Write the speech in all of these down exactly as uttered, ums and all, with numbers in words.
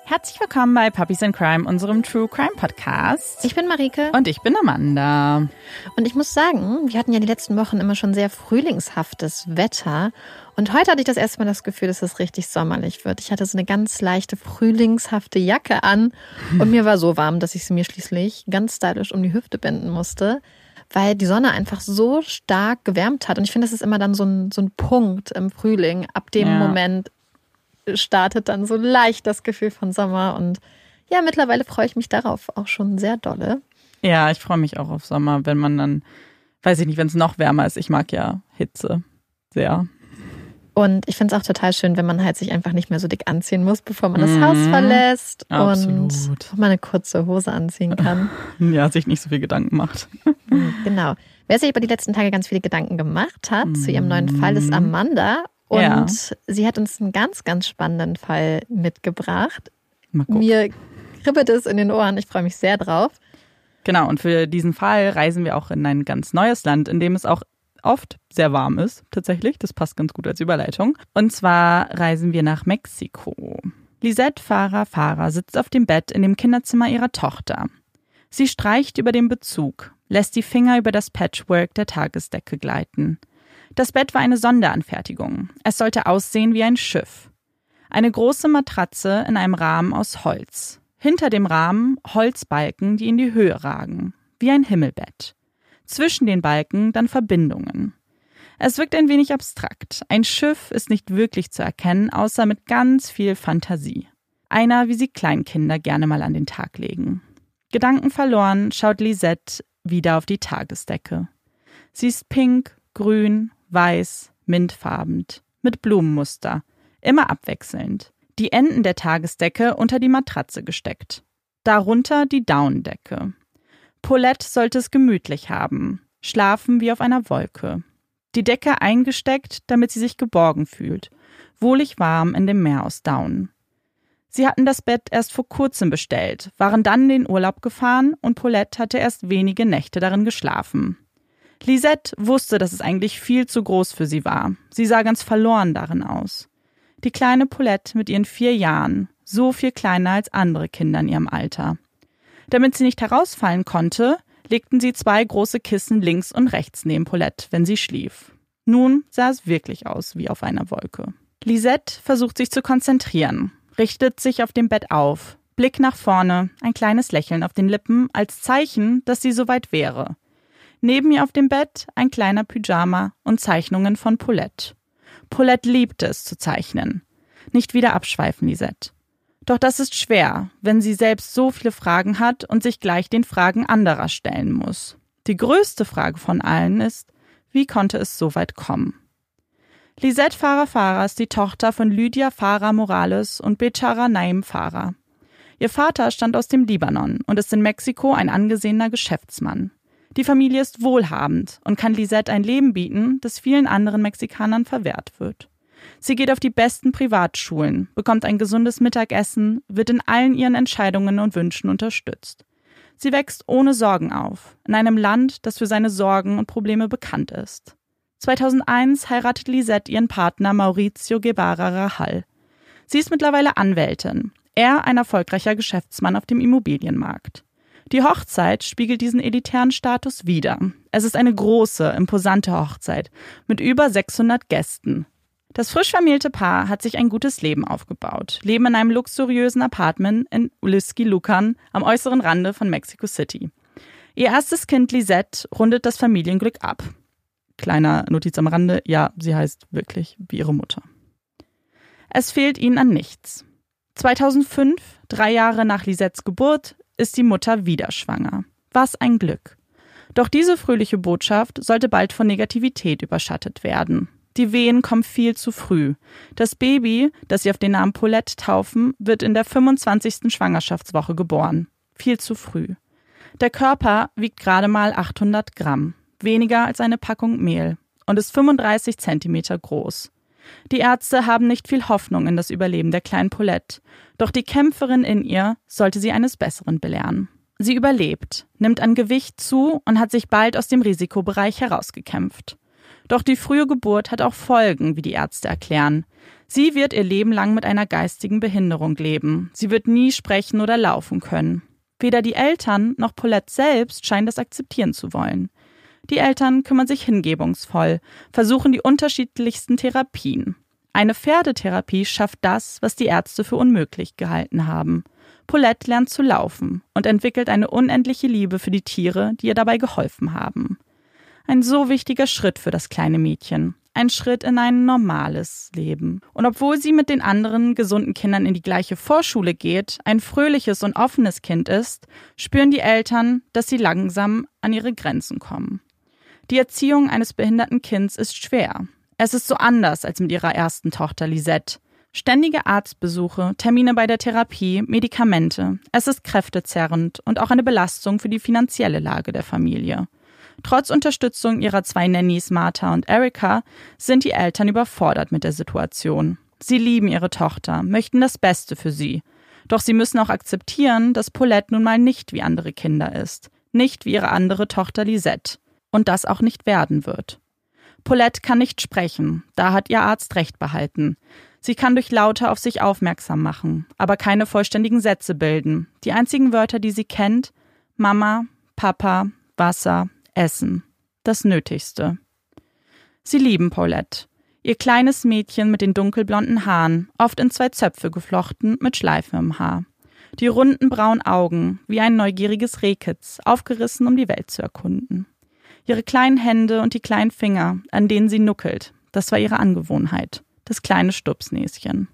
Herzlich willkommen bei Puppies in Crime, unserem True Crime Podcast. Ich bin Marike. Und ich bin Amanda. Und ich muss sagen, wir hatten ja die letzten Wochen immer schon sehr frühlingshaftes Wetter. Und heute hatte ich das erste Mal das Gefühl, dass es richtig sommerlich wird. Ich hatte so eine ganz leichte frühlingshafte Jacke an. Und mir war so warm, dass ich sie mir schließlich ganz stylisch um die Hüfte binden musste, weil die Sonne einfach so stark gewärmt hat. Und ich finde, das ist immer dann so ein, so ein Punkt im Frühling. Ab dem ja. Moment startet dann so leicht das Gefühl von Sommer. Und ja, mittlerweile freue ich mich darauf auch schon sehr dolle. Ja, ich freue mich auch auf Sommer, wenn man dann, weiß ich nicht, wenn es noch wärmer ist. Ich mag ja Hitze sehr. Und ich finde es auch total schön, wenn man halt sich einfach nicht mehr so dick anziehen muss, bevor man das mmh, Haus verlässt. Absolut. Und auch mal eine kurze Hose anziehen kann. Ja, sich nicht so viel Gedanken macht. Genau. Wer sich über die letzten Tage ganz viele Gedanken gemacht hat mmh. zu ihrem neuen Fall, ist Amanda. Und ja. sie hat uns einen ganz, ganz spannenden Fall mitgebracht. Mir kribbelt es in den Ohren. Ich freue mich sehr drauf. Genau, und für diesen Fall reisen wir auch in ein ganz neues Land, in dem es auch oft sehr warm ist, tatsächlich. Das passt ganz gut als Überleitung. Und zwar reisen wir nach Mexiko. Lisette Farah Farah sitzt auf dem Bett in dem Kinderzimmer ihrer Tochter. Sie streicht über den Bezug, lässt die Finger über das Patchwork der Tagesdecke gleiten. Das Bett war eine Sonderanfertigung. Es sollte aussehen wie ein Schiff. Eine große Matratze in einem Rahmen aus Holz. Hinter dem Rahmen Holzbalken, die in die Höhe ragen. Wie ein Himmelbett. Zwischen den Balken dann Verbindungen. Es wirkt ein wenig abstrakt. Ein Schiff ist nicht wirklich zu erkennen, außer mit ganz viel Fantasie. Einer, wie sie Kleinkinder gerne mal an den Tag legen. Gedankenverloren schaut Lisette wieder auf die Tagesdecke. Sie ist pink, grün, weiß, mintfarben, mit Blumenmuster, immer abwechselnd. Die Enden der Tagesdecke unter die Matratze gesteckt. Darunter die Daunendecke. Paulette sollte es gemütlich haben, schlafen wie auf einer Wolke. Die Decke eingesteckt, damit sie sich geborgen fühlt, wohlig warm in dem Meer aus Down. Sie hatten das Bett erst vor kurzem bestellt, waren dann in den Urlaub gefahren und Paulette hatte erst wenige Nächte darin geschlafen. Lisette wusste, dass es eigentlich viel zu groß für sie war. Sie sah ganz verloren darin aus. Die kleine Paulette mit ihren vier Jahren, so viel kleiner als andere Kinder in ihrem Alter. Damit sie nicht herausfallen konnte, legten sie zwei große Kissen links und rechts neben Paulette, wenn sie schlief. Nun sah es wirklich aus wie auf einer Wolke. Lisette versucht sich zu konzentrieren, richtet sich auf dem Bett auf, Blick nach vorne, ein kleines Lächeln auf den Lippen als Zeichen, dass sie soweit wäre. Neben ihr auf dem Bett ein kleiner Pyjama und Zeichnungen von Paulette. Paulette liebte es zu zeichnen. Nicht wieder abschweifen, Lisette. Doch das ist schwer, wenn sie selbst so viele Fragen hat und sich gleich den Fragen anderer stellen muss. Die größte Frage von allen ist, wie konnte es so weit kommen? Lisette Farah Farah ist die Tochter von Lydia Farah Morales und Bechara Naim Farah. Ihr Vater stammt aus dem Libanon und ist in Mexiko ein angesehener Geschäftsmann. Die Familie ist wohlhabend und kann Lisette ein Leben bieten, das vielen anderen Mexikanern verwehrt wird. Sie geht auf die besten Privatschulen, bekommt ein gesundes Mittagessen, wird in allen ihren Entscheidungen und Wünschen unterstützt. Sie wächst ohne Sorgen auf, in einem Land, das für seine Sorgen und Probleme bekannt ist. zweitausendeins heiratet Lisette ihren Partner Mauricio Guevara Rajal. Sie ist mittlerweile Anwältin, er ein erfolgreicher Geschäftsmann auf dem Immobilienmarkt. Die Hochzeit spiegelt diesen elitären Status wider. Es ist eine große, imposante Hochzeit mit über sechshundert Gästen. Das frisch vermählte Paar hat sich ein gutes Leben aufgebaut, leben in einem luxuriösen Apartment in Ulisquí-Lucan am äußeren Rande von Mexico City. Ihr erstes Kind Lisette rundet das Familienglück ab. Kleiner Notiz am Rande, ja, sie heißt wirklich wie ihre Mutter. Es fehlt ihnen an nichts. zweitausendfünf, drei Jahre nach Lisettes Geburt, ist die Mutter wieder schwanger. Was ein Glück. Doch diese fröhliche Botschaft sollte bald von Negativität überschattet werden. Die Wehen kommen viel zu früh. Das Baby, das sie auf den Namen Paulette taufen, wird in der fünfundzwanzigsten Schwangerschaftswoche geboren. Viel zu früh. Der Körper wiegt gerade mal achthundert Gramm, weniger als eine Packung Mehl, und ist fünfunddreißig Zentimeter groß. Die Ärzte haben nicht viel Hoffnung in das Überleben der kleinen Paulette, doch die Kämpferin in ihr sollte sie eines Besseren belehren. Sie überlebt, nimmt an Gewicht zu und hat sich bald aus dem Risikobereich herausgekämpft. Doch die frühe Geburt hat auch Folgen, wie die Ärzte erklären. Sie wird ihr Leben lang mit einer geistigen Behinderung leben. Sie wird nie sprechen oder laufen können. Weder die Eltern noch Paulette selbst scheinen das akzeptieren zu wollen. Die Eltern kümmern sich hingebungsvoll, versuchen die unterschiedlichsten Therapien. Eine Pferdetherapie schafft das, was die Ärzte für unmöglich gehalten haben. Paulette lernt zu laufen und entwickelt eine unendliche Liebe für die Tiere, die ihr dabei geholfen haben. Ein so wichtiger Schritt für das kleine Mädchen. Ein Schritt in ein normales Leben. Und obwohl sie mit den anderen gesunden Kindern in die gleiche Vorschule geht, ein fröhliches und offenes Kind ist, spüren die Eltern, dass sie langsam an ihre Grenzen kommen. Die Erziehung eines behinderten Kindes ist schwer. Es ist so anders als mit ihrer ersten Tochter Lisette. Ständige Arztbesuche, Termine bei der Therapie, Medikamente. Es ist kräftezerrend und auch eine Belastung für die finanzielle Lage der Familie. Trotz Unterstützung ihrer zwei Nannies Martha und Erica sind die Eltern überfordert mit der Situation. Sie lieben ihre Tochter, möchten das Beste für sie. Doch sie müssen auch akzeptieren, dass Paulette nun mal nicht wie andere Kinder ist. Nicht wie ihre andere Tochter Lisette. Und das auch nicht werden wird. Paulette kann nicht sprechen, da hat ihr Arzt recht behalten. Sie kann durch Laute auf sich aufmerksam machen, aber keine vollständigen Sätze bilden. Die einzigen Wörter, die sie kennt: Mama, Papa, Wasser, Essen. Das Nötigste. Sie lieben Paulette. Ihr kleines Mädchen mit den dunkelblonden Haaren, oft in zwei Zöpfe geflochten, mit Schleife im Haar. Die runden braunen Augen, wie ein neugieriges Rehkitz, aufgerissen, um die Welt zu erkunden. Ihre kleinen Hände und die kleinen Finger, an denen sie nuckelt, das war ihre Angewohnheit, das kleine Stupsnäschen.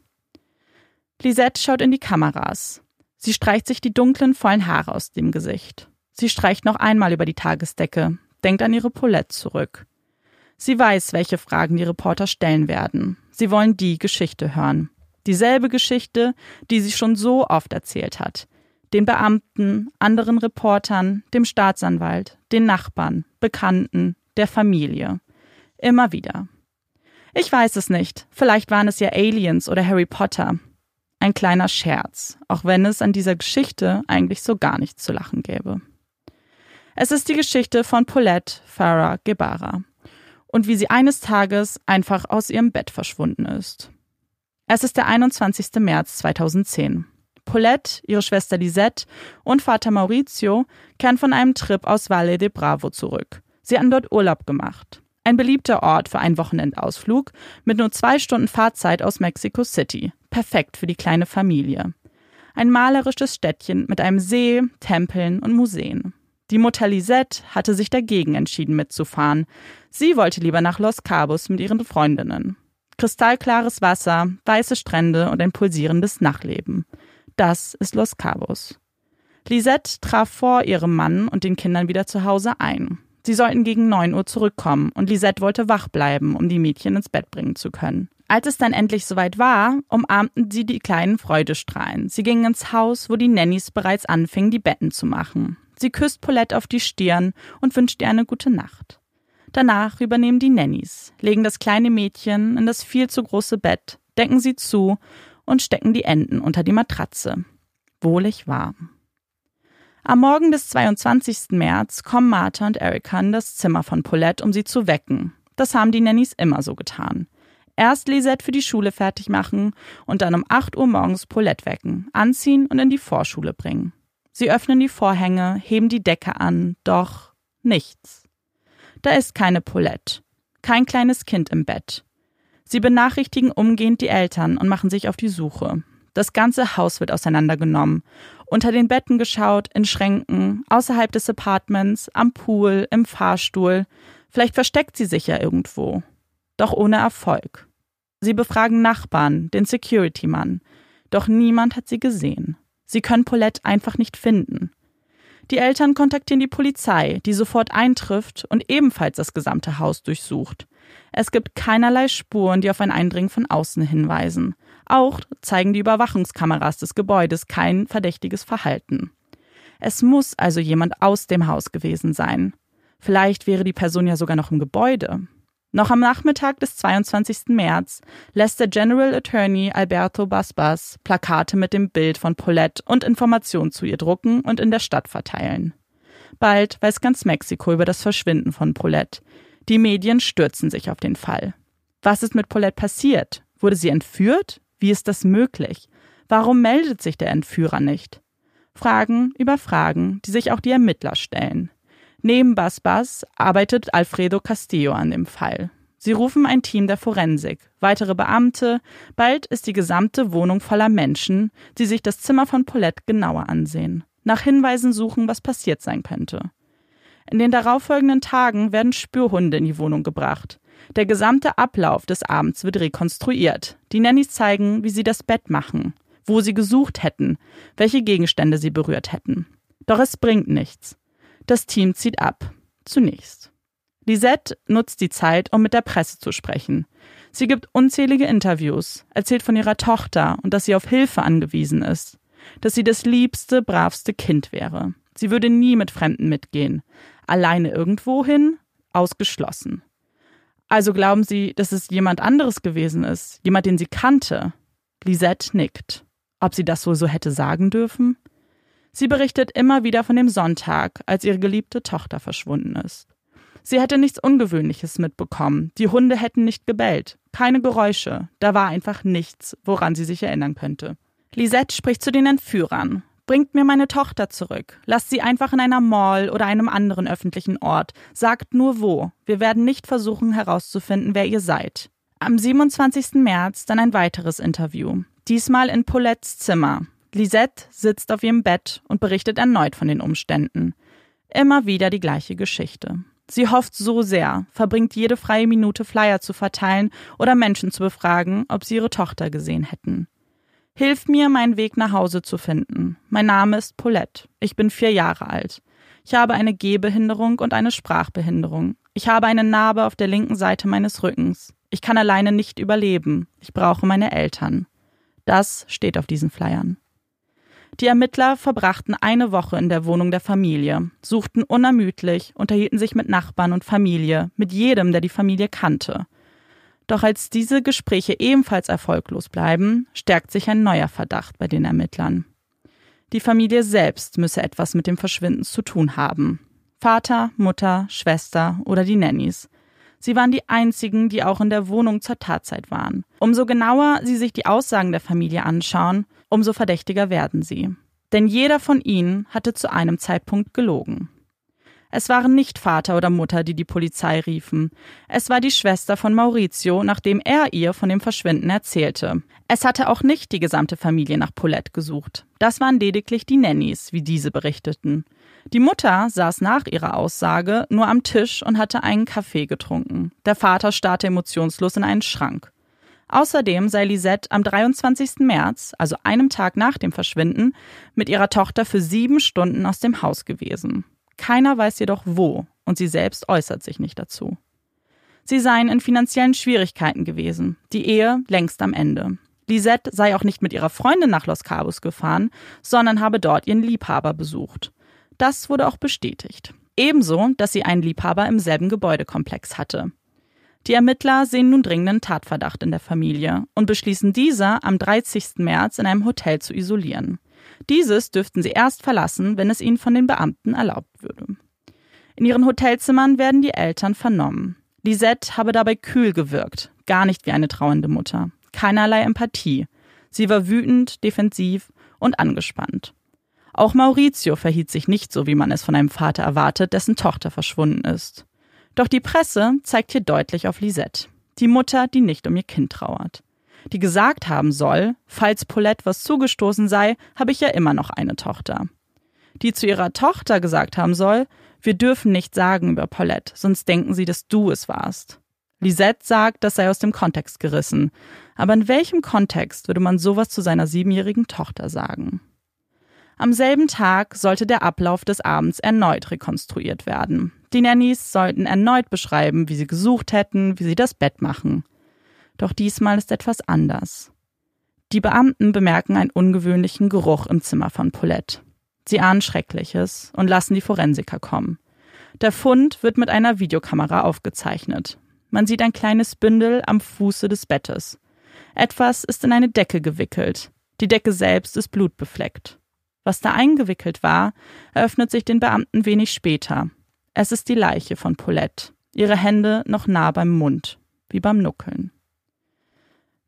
Lisette schaut in die Kameras. Sie streicht sich die dunklen, vollen Haare aus dem Gesicht. Sie streicht noch einmal über die Tagesdecke, denkt an ihre Paulette zurück. Sie weiß, welche Fragen die Reporter stellen werden. Sie wollen die Geschichte hören. Dieselbe Geschichte, die sie schon so oft erzählt hat. Den Beamten, anderen Reportern, dem Staatsanwalt, den Nachbarn, Bekannten, der Familie. Immer wieder. Ich weiß es nicht. Vielleicht waren es ja Aliens oder Harry Potter. Ein kleiner Scherz, auch wenn es an dieser Geschichte eigentlich so gar nichts zu lachen gäbe. Es ist die Geschichte von Paulette Farah Guevara und wie sie eines Tages einfach aus ihrem Bett verschwunden ist. Es ist der einundzwanzigster März zweitausendzehn. Paulette, ihre Schwester Lisette und Vater Maurizio kehren von einem Trip aus Valle de Bravo zurück. Sie hatten dort Urlaub gemacht. Ein beliebter Ort für einen Wochenendausflug mit nur zwei Stunden Fahrzeit aus Mexico City. Perfekt für die kleine Familie. Ein malerisches Städtchen mit einem See, Tempeln und Museen. Die Mutter Lisette hatte sich dagegen entschieden mitzufahren. Sie wollte lieber nach Los Cabos mit ihren Freundinnen. Kristallklares Wasser, weiße Strände und ein pulsierendes Nachtleben. Das ist Los Cabos. Lisette traf vor ihrem Mann und den Kindern wieder zu Hause ein. Sie sollten gegen neun Uhr zurückkommen und Lisette wollte wach bleiben, um die Mädchen ins Bett bringen zu können. Als es dann endlich soweit war, umarmten sie die kleinen Freudestrahlen. Sie gingen ins Haus, wo die Nannies bereits anfingen, die Betten zu machen. Sie küsst Paulette auf die Stirn und wünscht ihr eine gute Nacht. Danach übernehmen die Nannies, legen das kleine Mädchen in das viel zu große Bett, decken sie zu und stecken die Enden unter die Matratze. Wohlig warm. Am Morgen des zweiundzwanzigsten März kommen Martha und Erica in das Zimmer von Paulette, um sie zu wecken. Das haben die Nannies immer so getan. Erst Lisette für die Schule fertig machen und dann um acht Uhr morgens Paulette wecken, anziehen und in die Vorschule bringen. Sie öffnen die Vorhänge, heben die Decke an, doch nichts. Da ist keine Paulette, kein kleines Kind im Bett. Sie benachrichtigen umgehend die Eltern und machen sich auf die Suche. Das ganze Haus wird auseinandergenommen, unter den Betten geschaut, in Schränken, außerhalb des Apartments, am Pool, im Fahrstuhl. Vielleicht versteckt sie sich ja irgendwo. Doch ohne Erfolg. Sie befragen Nachbarn, den Security-Mann. Doch niemand hat sie gesehen. Sie können Paulette einfach nicht finden. Die Eltern kontaktieren die Polizei, die sofort eintrifft und ebenfalls das gesamte Haus durchsucht. Es gibt keinerlei Spuren, die auf ein Eindringen von außen hinweisen. Auch zeigen die Überwachungskameras des Gebäudes kein verdächtiges Verhalten. Es muss also jemand aus dem Haus gewesen sein. Vielleicht wäre die Person ja sogar noch im Gebäude. Noch am Nachmittag des zweiundzwanzigsten März lässt der General Attorney Alberto Basbas Plakate mit dem Bild von Paulette und Informationen zu ihr drucken und in der Stadt verteilen. Bald weiß ganz Mexiko über das Verschwinden von Paulette. Die Medien stürzen sich auf den Fall. Was ist mit Paulette passiert? Wurde sie entführt? Wie ist das möglich? Warum meldet sich der Entführer nicht? Fragen über Fragen, die sich auch die Ermittler stellen. Neben Bas Bas arbeitet Alfredo Castillo an dem Fall. Sie rufen ein Team der Forensik, weitere Beamte, bald ist die gesamte Wohnung voller Menschen, die sich das Zimmer von Paulette genauer ansehen, nach Hinweisen suchen, was passiert sein könnte. In den darauffolgenden Tagen werden Spürhunde in die Wohnung gebracht. Der gesamte Ablauf des Abends wird rekonstruiert. Die Nannies zeigen, wie sie das Bett machen, wo sie gesucht hätten, welche Gegenstände sie berührt hätten. Doch es bringt nichts. Das Team zieht ab. Zunächst. Lisette nutzt die Zeit, um mit der Presse zu sprechen. Sie gibt unzählige Interviews, erzählt von ihrer Tochter und dass sie auf Hilfe angewiesen ist. Dass sie das liebste, bravste Kind wäre. Sie würde nie mit Fremden mitgehen. Alleine irgendwo hin? Ausgeschlossen. Also glauben Sie, dass es jemand anderes gewesen ist? Jemand, den sie kannte? Lisette nickt. Ob sie das wohl so hätte sagen dürfen? Sie berichtet immer wieder von dem Sonntag, als ihre geliebte Tochter verschwunden ist. Sie hätte nichts Ungewöhnliches mitbekommen. Die Hunde hätten nicht gebellt. Keine Geräusche. Da war einfach nichts, woran sie sich erinnern könnte. Lisette spricht zu den Entführern. Bringt mir meine Tochter zurück. Lasst sie einfach in einer Mall oder einem anderen öffentlichen Ort. Sagt nur wo. Wir werden nicht versuchen herauszufinden, wer ihr seid. Am siebenundzwanzigsten März dann ein weiteres Interview. Diesmal in Paulettes Zimmer. Lisette sitzt auf ihrem Bett und berichtet erneut von den Umständen. Immer wieder die gleiche Geschichte. Sie hofft so sehr, verbringt jede freie Minute Flyer zu verteilen oder Menschen zu befragen, ob sie ihre Tochter gesehen hätten. Hilf mir, meinen Weg nach Hause zu finden. Mein Name ist Paulette. Ich bin vier Jahre alt. Ich habe eine Gehbehinderung und eine Sprachbehinderung. Ich habe eine Narbe auf der linken Seite meines Rückens. Ich kann alleine nicht überleben. Ich brauche meine Eltern. Das steht auf diesen Flyern. Die Ermittler verbrachten eine Woche in der Wohnung der Familie, suchten unermüdlich, unterhielten sich mit Nachbarn und Familie, mit jedem, der die Familie kannte. Doch als diese Gespräche ebenfalls erfolglos bleiben, stärkt sich ein neuer Verdacht bei den Ermittlern. Die Familie selbst müsse etwas mit dem Verschwinden zu tun haben. Vater, Mutter, Schwester oder die Nannies. Sie waren die einzigen, die auch in der Wohnung zur Tatzeit waren. Umso genauer sie sich die Aussagen der Familie anschauen, umso verdächtiger werden sie. Denn jeder von ihnen hatte zu einem Zeitpunkt gelogen. Es waren nicht Vater oder Mutter, die die Polizei riefen. Es war die Schwester von Maurizio, nachdem er ihr von dem Verschwinden erzählte. Es hatte auch nicht die gesamte Familie nach Paulette gesucht. Das waren lediglich die Nannies, wie diese berichteten. Die Mutter saß nach ihrer Aussage nur am Tisch und hatte einen Kaffee getrunken. Der Vater starrte emotionslos in einen Schrank. Außerdem sei Lisette am dreiundzwanzigsten März, also einem Tag nach dem Verschwinden, mit ihrer Tochter für sieben Stunden aus dem Haus gewesen. Keiner weiß jedoch wo und sie selbst äußert sich nicht dazu. Sie seien in finanziellen Schwierigkeiten gewesen, die Ehe längst am Ende. Lisette sei auch nicht mit ihrer Freundin nach Los Cabos gefahren, sondern habe dort ihren Liebhaber besucht. Das wurde auch bestätigt. Ebenso, dass sie einen Liebhaber im selben Gebäudekomplex hatte. Die Ermittler sehen nun dringenden Tatverdacht in der Familie und beschließen, diese am dreißigsten März in einem Hotel zu isolieren. Dieses dürften sie erst verlassen, wenn es ihnen von den Beamten erlaubt würde. In ihren Hotelzimmern werden die Eltern vernommen. Lisette habe dabei kühl gewirkt, gar nicht wie eine trauernde Mutter. Keinerlei Empathie. Sie war wütend, defensiv und angespannt. Auch Maurizio verhielt sich nicht so, wie man es von einem Vater erwartet, dessen Tochter verschwunden ist. Doch die Presse zeigt hier deutlich auf Lisette, die Mutter, die nicht um ihr Kind trauert. Die gesagt haben soll, falls Paulette was zugestoßen sei, habe ich ja immer noch eine Tochter. Die zu ihrer Tochter gesagt haben soll, wir dürfen nicht sagen über Paulette, sonst denken sie, dass du es warst. Lisette sagt, das sei aus dem Kontext gerissen. Aber in welchem Kontext würde man sowas zu seiner siebenjährigen Tochter sagen? Am selben Tag sollte der Ablauf des Abends erneut rekonstruiert werden. Die Nannies sollten erneut beschreiben, wie sie gesucht hätten, wie sie das Bett machen. Doch diesmal ist etwas anders. Die Beamten bemerken einen ungewöhnlichen Geruch im Zimmer von Paulette. Sie ahnen Schreckliches und lassen die Forensiker kommen. Der Fund wird mit einer Videokamera aufgezeichnet. Man sieht ein kleines Bündel am Fuße des Bettes. Etwas ist in eine Decke gewickelt. Die Decke selbst ist blutbefleckt. Was da eingewickelt war, eröffnet sich den Beamten wenig später. Es ist die Leiche von Paulette. Ihre Hände noch nah beim Mund, wie beim Nuckeln.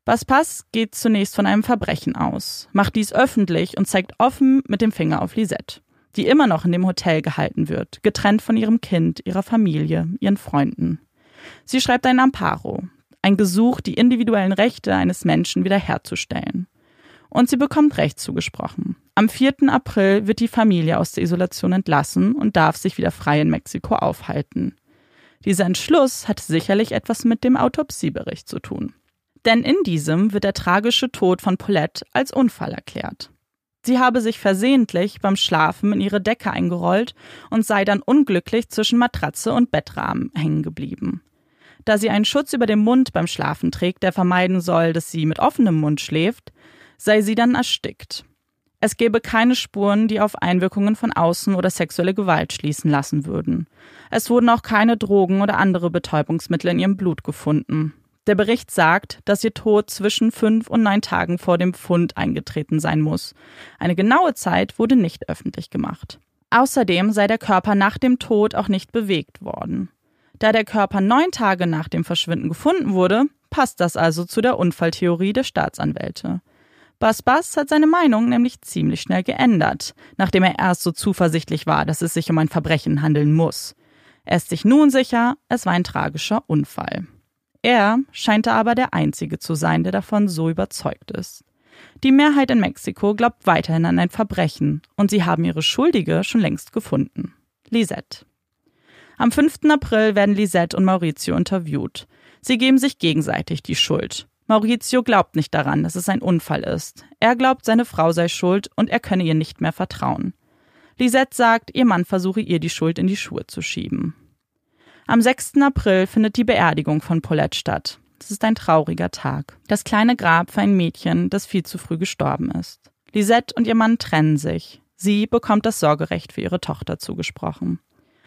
Baspas geht zunächst von einem Verbrechen aus, macht dies öffentlich und zeigt offen mit dem Finger auf Lisette, die immer noch in dem Hotel gehalten wird, getrennt von ihrem Kind, ihrer Familie, ihren Freunden. Sie schreibt ein Amparo, ein Gesuch, die individuellen Rechte eines Menschen wiederherzustellen. Und sie bekommt Recht zugesprochen. Am vierten April wird die Familie aus der Isolation entlassen und darf sich wieder frei in Mexiko aufhalten. Dieser Entschluss hat sicherlich etwas mit dem Autopsiebericht zu tun. Denn in diesem wird der tragische Tod von Paulette als Unfall erklärt. Sie habe sich versehentlich beim Schlafen in ihre Decke eingerollt und sei dann unglücklich zwischen Matratze und Bettrahmen hängen geblieben. Da sie einen Schutz über dem Mund beim Schlafen trägt, der vermeiden soll, dass sie mit offenem Mund schläft, sei sie dann erstickt. Es gäbe keine Spuren, die auf Einwirkungen von außen oder sexuelle Gewalt schließen lassen würden. Es wurden auch keine Drogen oder andere Betäubungsmittel in ihrem Blut gefunden. Der Bericht sagt, dass ihr Tod zwischen fünf und neun Tagen vor dem Fund eingetreten sein muss. Eine genaue Zeit wurde nicht öffentlich gemacht. Außerdem sei der Körper nach dem Tod auch nicht bewegt worden. Da der Körper neun Tage nach dem Verschwinden gefunden wurde, passt das also zu der Unfalltheorie der Staatsanwälte. Baspas hat seine Meinung nämlich ziemlich schnell geändert, nachdem er erst so zuversichtlich war, dass es sich um ein Verbrechen handeln muss. Er ist sich nun sicher, es war ein tragischer Unfall. Er scheint aber der Einzige zu sein, der davon so überzeugt ist. Die Mehrheit in Mexiko glaubt weiterhin an ein Verbrechen und sie haben ihre Schuldige schon längst gefunden. Lisette. Am fünften April werden Lisette und Mauricio interviewt. Sie geben sich gegenseitig die Schuld. Mauricio glaubt nicht daran, dass es ein Unfall ist. Er glaubt, seine Frau sei schuld und er könne ihr nicht mehr vertrauen. Lisette sagt, ihr Mann versuche ihr die Schuld in die Schuhe zu schieben. Am sechsten April findet die Beerdigung von Paulette statt. Es ist ein trauriger Tag. Das kleine Grab für ein Mädchen, das viel zu früh gestorben ist. Lisette und ihr Mann trennen sich. Sie bekommt das Sorgerecht für ihre Tochter zugesprochen.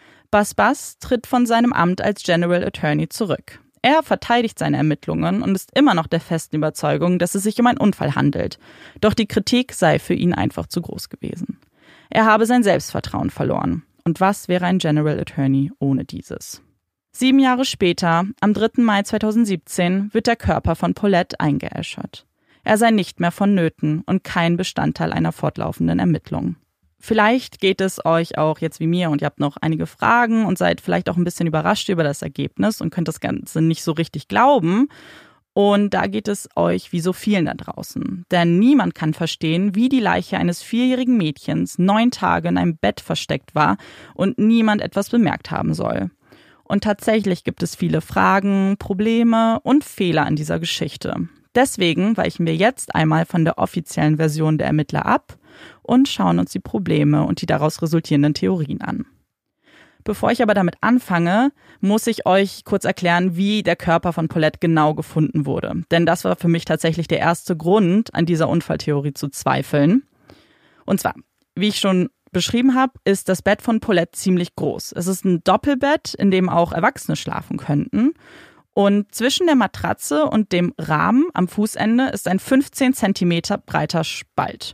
Baspas tritt von seinem Amt als General Attorney zurück. Er verteidigt seine Ermittlungen und ist immer noch der festen Überzeugung, dass es sich um einen Unfall handelt. Doch die Kritik sei für ihn einfach zu groß gewesen. Er habe sein Selbstvertrauen verloren. Und was wäre ein General Attorney ohne dieses? Sieben Jahre später, am dritten Mai zweitausendsiebzehn, wird der Körper von Paulette eingeäschert. Er sei nicht mehr vonnöten und kein Bestandteil einer fortlaufenden Ermittlung. Vielleicht geht es euch auch jetzt wie mir und ihr habt noch einige Fragen und seid vielleicht auch ein bisschen überrascht über das Ergebnis und könnt das Ganze nicht so richtig glauben. Und da geht es euch wie so vielen da draußen. Denn niemand kann verstehen, wie die Leiche eines vierjährigen Mädchens neun Tage in einem Bett versteckt war und niemand etwas bemerkt haben soll. Und tatsächlich gibt es viele Fragen, Probleme und Fehler an dieser Geschichte. Deswegen weichen wir jetzt einmal von der offiziellen Version der Ermittler ab und schauen uns die Probleme und die daraus resultierenden Theorien an. Bevor ich aber damit anfange, muss ich euch kurz erklären, wie der Körper von Paulette genau gefunden wurde. Denn das war für mich tatsächlich der erste Grund, an dieser Unfalltheorie zu zweifeln. Und zwar, wie ich schon beschrieben habe, ist das Bett von Paulette ziemlich groß. Es ist ein Doppelbett, in dem auch Erwachsene schlafen könnten. Und zwischen der Matratze und dem Rahmen am Fußende ist ein fünfzehn Zentimeter breiter Spalt.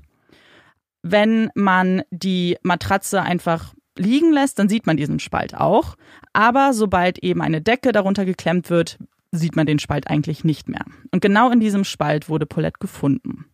Wenn man die Matratze einfach liegen lässt, dann sieht man diesen Spalt auch. Aber sobald eben eine Decke darunter geklemmt wird, sieht man den Spalt eigentlich nicht mehr. Und genau in diesem Spalt wurde Paulette gefunden.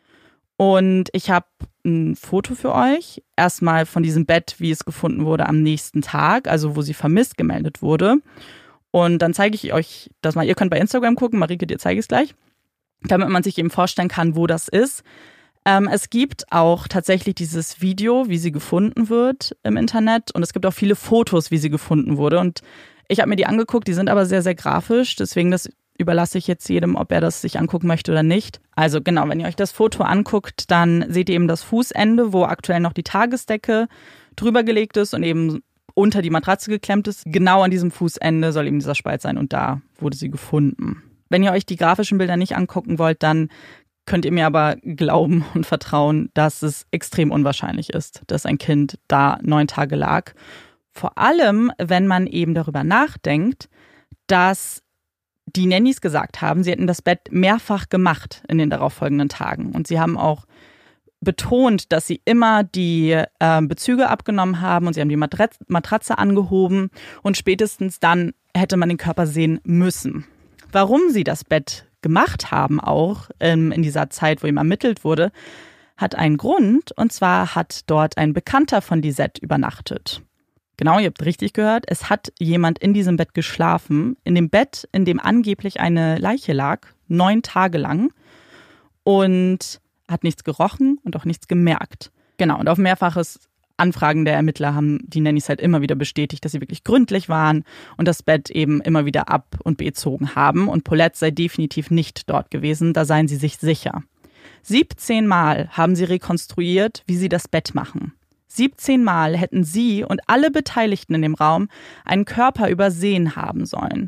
Und ich habe ein Foto für euch. Erstmal von diesem Bett, wie es gefunden wurde am nächsten Tag, also wo sie vermisst gemeldet wurde. Und dann zeige ich euch das mal. Ihr könnt bei Instagram gucken, Marike, dir zeige ich es gleich, damit man sich eben vorstellen kann, wo das ist. Ähm, es gibt auch tatsächlich dieses Video, wie sie gefunden wird im Internet. Und es gibt auch viele Fotos, wie sie gefunden wurde. Und ich habe mir die angeguckt, die sind aber sehr, sehr grafisch. Deswegen das überlasse ich jetzt jedem, ob er das sich angucken möchte oder nicht. Also genau, wenn ihr euch das Foto anguckt, dann seht ihr eben das Fußende, wo aktuell noch die Tagesdecke drüber gelegt ist und eben unter die Matratze geklemmt ist. Genau an diesem Fußende soll eben dieser Spalt sein und da wurde sie gefunden. Wenn ihr euch die grafischen Bilder nicht angucken wollt, dann könnt ihr mir aber glauben und vertrauen, dass es extrem unwahrscheinlich ist, dass ein Kind da neun Tage lag. Vor allem, wenn man eben darüber nachdenkt, dass die Nannies gesagt haben, sie hätten das Bett mehrfach gemacht in den darauffolgenden Tagen. Und sie haben auch betont, dass sie immer die äh, Bezüge abgenommen haben und sie haben die Matratze, Matratze angehoben und spätestens dann hätte man den Körper sehen müssen. Warum sie das Bett gemacht haben auch ähm, in dieser Zeit, wo ihm ermittelt wurde, hat einen Grund. Und zwar hat dort ein Bekannter von Lisette übernachtet. Genau, ihr habt richtig gehört. Es hat jemand in diesem Bett geschlafen. In dem Bett, in dem angeblich eine Leiche lag, neun Tage lang. Und hat nichts gerochen und auch nichts gemerkt. Genau, und auf mehrfaches Anfragen der Ermittler haben die Nannys halt immer wieder bestätigt, dass sie wirklich gründlich waren und das Bett eben immer wieder ab- und bezogen haben. Und Paulette sei definitiv nicht dort gewesen, da seien sie sich sicher. siebzehn Mal haben sie rekonstruiert, wie sie das Bett machen. siebzehn Mal hätten sie und alle Beteiligten in dem Raum einen Körper übersehen haben sollen.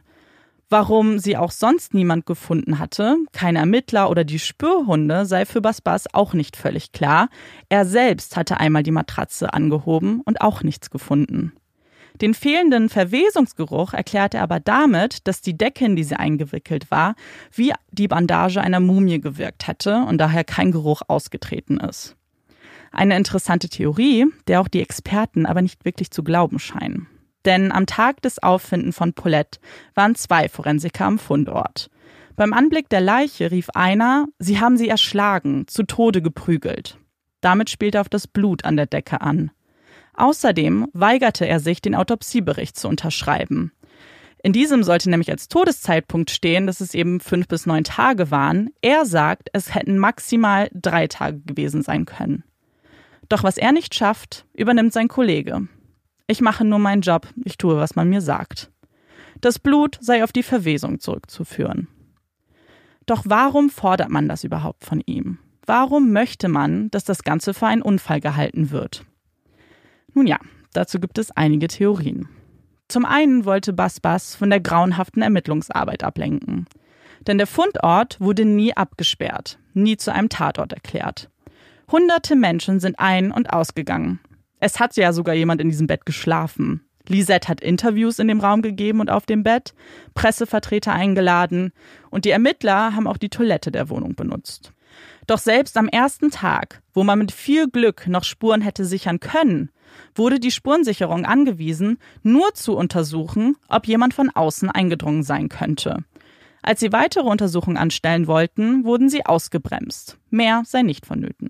Warum sie auch sonst niemand gefunden hatte, keine Ermittler oder die Spürhunde, sei für Bas-Bas auch nicht völlig klar. Er selbst hatte einmal die Matratze angehoben und auch nichts gefunden. Den fehlenden Verwesungsgeruch erklärte er aber damit, dass die Decke, in die sie eingewickelt war, wie die Bandage einer Mumie gewirkt hätte und daher kein Geruch ausgetreten ist. Eine interessante Theorie, der auch die Experten aber nicht wirklich zu glauben scheinen. Denn am Tag des Auffindens von Paulette waren zwei Forensiker am Fundort. Beim Anblick der Leiche rief einer, sie haben sie erschlagen, zu Tode geprügelt. Damit spielte er auf das Blut an der Decke an. Außerdem weigerte er sich, den Autopsiebericht zu unterschreiben. In diesem sollte nämlich als Todeszeitpunkt stehen, dass es eben fünf bis neun Tage waren. Er sagt, es hätten maximal drei Tage gewesen sein können. Doch was er nicht schafft, übernimmt sein Kollege. Ich mache nur meinen Job, ich tue, was man mir sagt. Das Blut sei auf die Verwesung zurückzuführen. Doch warum fordert man das überhaupt von ihm? Warum möchte man, dass das Ganze für einen Unfall gehalten wird? Nun ja, dazu gibt es einige Theorien. Zum einen wollte Bas-Bas von der grauenhaften Ermittlungsarbeit ablenken. Denn der Fundort wurde nie abgesperrt, nie zu einem Tatort erklärt. Hunderte Menschen sind ein- und ausgegangen. Es hat ja sogar jemand in diesem Bett geschlafen. Lisette hat Interviews in dem Raum gegeben und auf dem Bett, Pressevertreter eingeladen und die Ermittler haben auch die Toilette der Wohnung benutzt. Doch selbst am ersten Tag, wo man mit viel Glück noch Spuren hätte sichern können, wurde die Spurensicherung angewiesen, nur zu untersuchen, ob jemand von außen eingedrungen sein könnte. Als sie weitere Untersuchungen anstellen wollten, wurden sie ausgebremst. Mehr sei nicht vonnöten.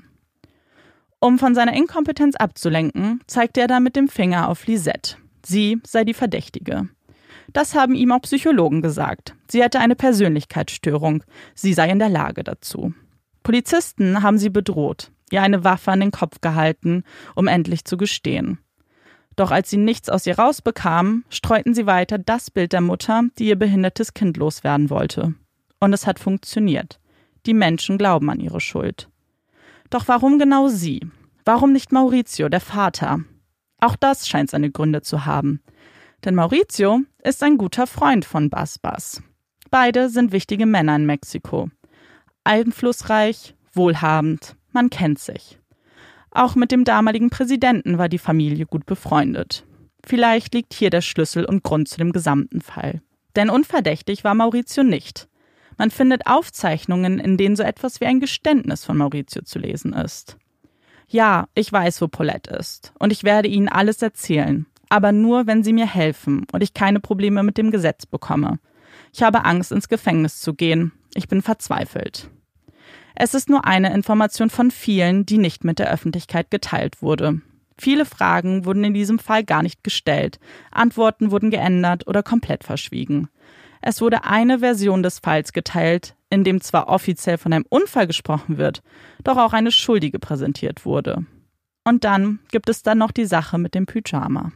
Um von seiner Inkompetenz abzulenken, zeigte er dann mit dem Finger auf Lisette. Sie sei die Verdächtige. Das haben ihm auch Psychologen gesagt. Sie hätte eine Persönlichkeitsstörung. Sie sei in der Lage dazu. Polizisten haben sie bedroht, ihr eine Waffe an den Kopf gehalten, um endlich zu gestehen. Doch als sie nichts aus ihr rausbekamen, streuten sie weiter das Bild der Mutter, die ihr behindertes Kind loswerden wollte. Und es hat funktioniert. Die Menschen glauben an ihre Schuld. Doch warum genau sie? Warum nicht Maurizio, der Vater? Auch das scheint seine Gründe zu haben. Denn Maurizio ist ein guter Freund von Bas-Bas. Beide sind wichtige Männer in Mexiko. Einflussreich, wohlhabend, man kennt sich. Auch mit dem damaligen Präsidenten war die Familie gut befreundet. Vielleicht liegt hier der Schlüssel und Grund zu dem gesamten Fall. Denn unverdächtig war Maurizio nicht. Man findet Aufzeichnungen, in denen so etwas wie ein Geständnis von Maurizio zu lesen ist. Ja, ich weiß, wo Paulette ist und ich werde Ihnen alles erzählen, aber nur, wenn Sie mir helfen und ich keine Probleme mit dem Gesetz bekomme. Ich habe Angst, ins Gefängnis zu gehen. Ich bin verzweifelt. Es ist nur eine Information von vielen, die nicht mit der Öffentlichkeit geteilt wurde. Viele Fragen wurden in diesem Fall gar nicht gestellt, Antworten wurden geändert oder komplett verschwiegen. Es wurde eine Version des Falls geteilt, in dem zwar offiziell von einem Unfall gesprochen wird, doch auch eine Schuldige präsentiert wurde. Und dann gibt es dann noch die Sache mit dem Pyjama.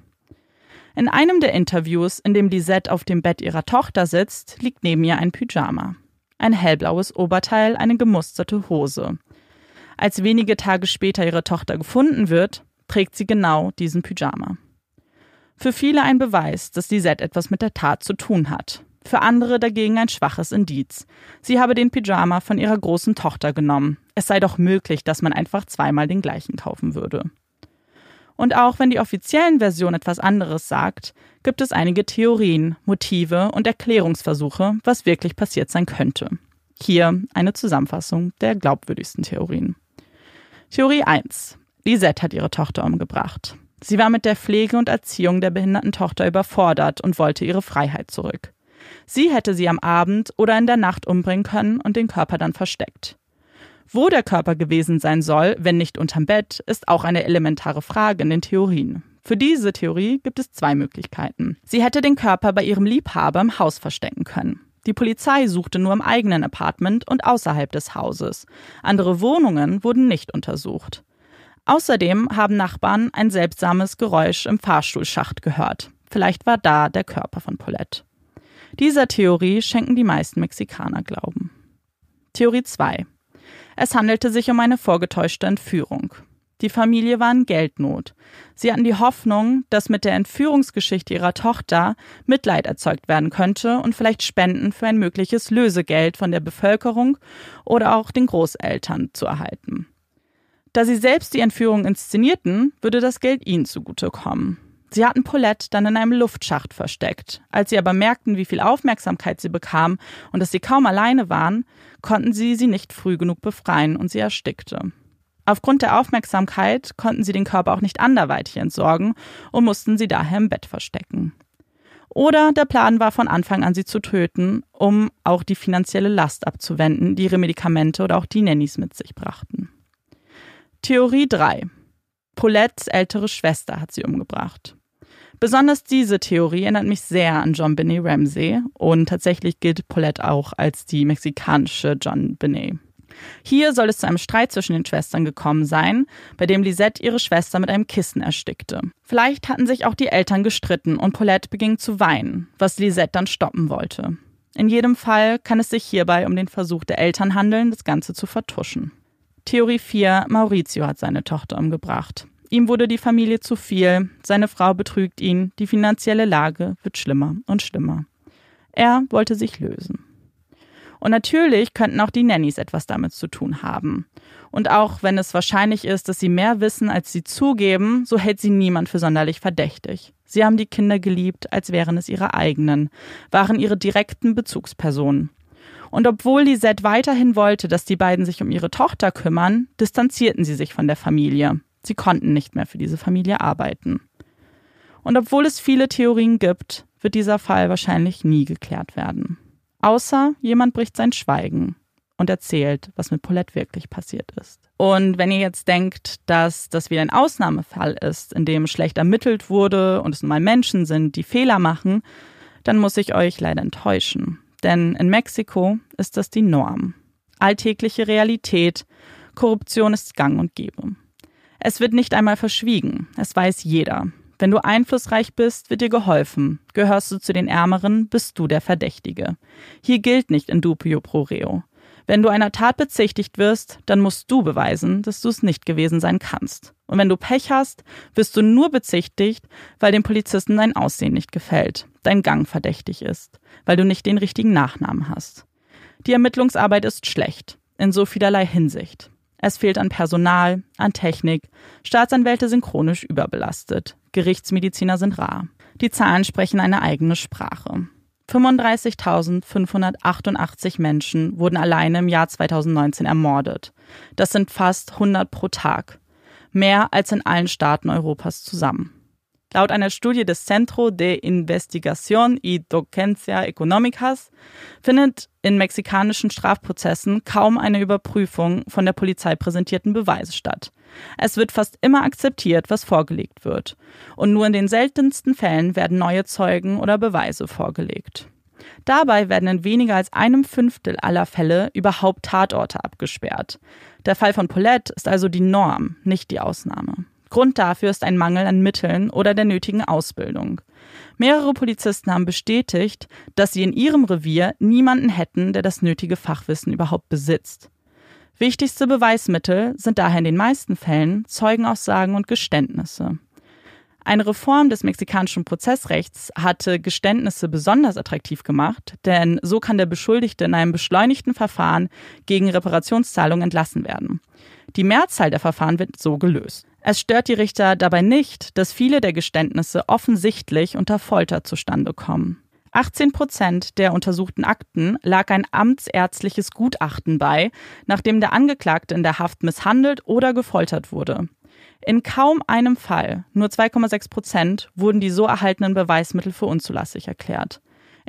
In einem der Interviews, in dem Lisette auf dem Bett ihrer Tochter sitzt, liegt neben ihr ein Pyjama. Ein hellblaues Oberteil, eine gemusterte Hose. Als wenige Tage später ihre Tochter gefunden wird, trägt sie genau diesen Pyjama. Für viele ein Beweis, dass Lisette etwas mit der Tat zu tun hat. Für andere dagegen ein schwaches Indiz. Sie habe den Pyjama von ihrer großen Tochter genommen. Es sei doch möglich, dass man einfach zweimal den gleichen kaufen würde. Und auch wenn die offiziellen Version etwas anderes sagt, gibt es einige Theorien, Motive und Erklärungsversuche, was wirklich passiert sein könnte. Hier eine Zusammenfassung der glaubwürdigsten Theorien. Theorie eins. Lisette hat ihre Tochter umgebracht. Sie war mit der Pflege und Erziehung der behinderten Tochter überfordert und wollte ihre Freiheit zurück. Sie hätte sie am Abend oder in der Nacht umbringen können und den Körper dann versteckt. Wo der Körper gewesen sein soll, wenn nicht unterm Bett, ist auch eine elementare Frage in den Theorien. Für diese Theorie gibt es zwei Möglichkeiten. Sie hätte den Körper bei ihrem Liebhaber im Haus verstecken können. Die Polizei suchte nur im eigenen Apartment und außerhalb des Hauses. Andere Wohnungen wurden nicht untersucht. Außerdem haben Nachbarn ein seltsames Geräusch im Fahrstuhlschacht gehört. Vielleicht war da der Körper von Paulette. Dieser Theorie schenken die meisten Mexikaner Glauben. Theorie zwei. Es handelte sich um eine vorgetäuschte Entführung. Die Familie war in Geldnot. Sie hatten die Hoffnung, dass mit der Entführungsgeschichte ihrer Tochter Mitleid erzeugt werden könnte und vielleicht Spenden für ein mögliches Lösegeld von der Bevölkerung oder auch den Großeltern zu erhalten. Da sie selbst die Entführung inszenierten, würde das Geld ihnen zugutekommen. Sie hatten Paulette dann in einem Luftschacht versteckt. Als sie aber merkten, wie viel Aufmerksamkeit sie bekam und dass sie kaum alleine waren, konnten sie sie nicht früh genug befreien und sie erstickte. Aufgrund der Aufmerksamkeit konnten sie den Körper auch nicht anderweitig entsorgen und mussten sie daher im Bett verstecken. Oder der Plan war von Anfang an, sie zu töten, um auch die finanzielle Last abzuwenden, die ihre Medikamente oder auch die Nannies mit sich brachten. Theorie drei. Paulettes ältere Schwester hat sie umgebracht. Besonders diese Theorie erinnert mich sehr an JonBenét Ramsey und tatsächlich gilt Paulette auch als die mexikanische JonBenét. Hier soll es zu einem Streit zwischen den Schwestern gekommen sein, bei dem Lisette ihre Schwester mit einem Kissen erstickte. Vielleicht hatten sich auch die Eltern gestritten und Paulette beging zu weinen, was Lisette dann stoppen wollte. In jedem Fall kann es sich hierbei um den Versuch der Eltern handeln, das Ganze zu vertuschen. Theorie vier. Mauricio hat seine Tochter umgebracht. Ihm wurde die Familie zu viel, seine Frau betrügt ihn, die finanzielle Lage wird schlimmer und schlimmer. Er wollte sich lösen. Und natürlich könnten auch die Nannies etwas damit zu tun haben. Und auch wenn es wahrscheinlich ist, dass sie mehr wissen, als sie zugeben, so hält sie niemand für sonderlich verdächtig. Sie haben die Kinder geliebt, als wären es ihre eigenen, waren ihre direkten Bezugspersonen. Und obwohl Lisette weiterhin wollte, dass die beiden sich um ihre Tochter kümmern, distanzierten sie sich von der Familie. Sie konnten nicht mehr für diese Familie arbeiten. Und obwohl es viele Theorien gibt, wird dieser Fall wahrscheinlich nie geklärt werden. Außer jemand bricht sein Schweigen und erzählt, was mit Paulette wirklich passiert ist. Und wenn ihr jetzt denkt, dass das wieder ein Ausnahmefall ist, in dem schlecht ermittelt wurde und es nun mal Menschen sind, die Fehler machen, dann muss ich euch leider enttäuschen. Denn in Mexiko ist das die Norm. Alltägliche Realität, Korruption ist gang und gäbe. Es wird nicht einmal verschwiegen, es weiß jeder. Wenn du einflussreich bist, wird dir geholfen. Gehörst du zu den Ärmeren, bist du der Verdächtige. Hier gilt nicht in dubio pro reo. Wenn du einer Tat bezichtigt wirst, dann musst du beweisen, dass du es nicht gewesen sein kannst. Und wenn du Pech hast, wirst du nur bezichtigt, weil dem Polizisten dein Aussehen nicht gefällt, dein Gang verdächtig ist, weil du nicht den richtigen Nachnamen hast. Die Ermittlungsarbeit ist schlecht, in so vielerlei Hinsicht. Es fehlt an Personal, an Technik, Staatsanwälte sind chronisch überbelastet, Gerichtsmediziner sind rar. Die Zahlen sprechen eine eigene Sprache. fünfunddreißigtausendfünfhundertachtundachtzig Menschen wurden alleine im Jahr zweitausendneunzehn ermordet. Das sind fast hundert pro Tag. Mehr als in allen Staaten Europas zusammen. Laut einer Studie des Centro de Investigación y Docencia Económicas findet in mexikanischen Strafprozessen kaum eine Überprüfung von der Polizei präsentierten Beweise statt. Es wird fast immer akzeptiert, was vorgelegt wird. Und nur in den seltensten Fällen werden neue Zeugen oder Beweise vorgelegt. Dabei werden in weniger als einem Fünftel aller Fälle überhaupt Tatorte abgesperrt. Der Fall von Paulette ist also die Norm, nicht die Ausnahme. Grund dafür ist ein Mangel an Mitteln oder der nötigen Ausbildung. Mehrere Polizisten haben bestätigt, dass sie in ihrem Revier niemanden hätten, der das nötige Fachwissen überhaupt besitzt. Wichtigste Beweismittel sind daher in den meisten Fällen Zeugenaussagen und Geständnisse. Eine Reform des mexikanischen Prozessrechts hatte Geständnisse besonders attraktiv gemacht, denn so kann der Beschuldigte in einem beschleunigten Verfahren gegen Reparationszahlungen entlassen werden. Die Mehrzahl der Verfahren wird so gelöst. Es stört die Richter dabei nicht, dass viele der Geständnisse offensichtlich unter Folter zustande kommen. achtzehn Prozent der untersuchten Akten lag ein amtsärztliches Gutachten bei, nachdem der Angeklagte in der Haft misshandelt oder gefoltert wurde. In kaum einem Fall, nur zwei Komma sechs Prozent, wurden die so erhaltenen Beweismittel für unzulässig erklärt.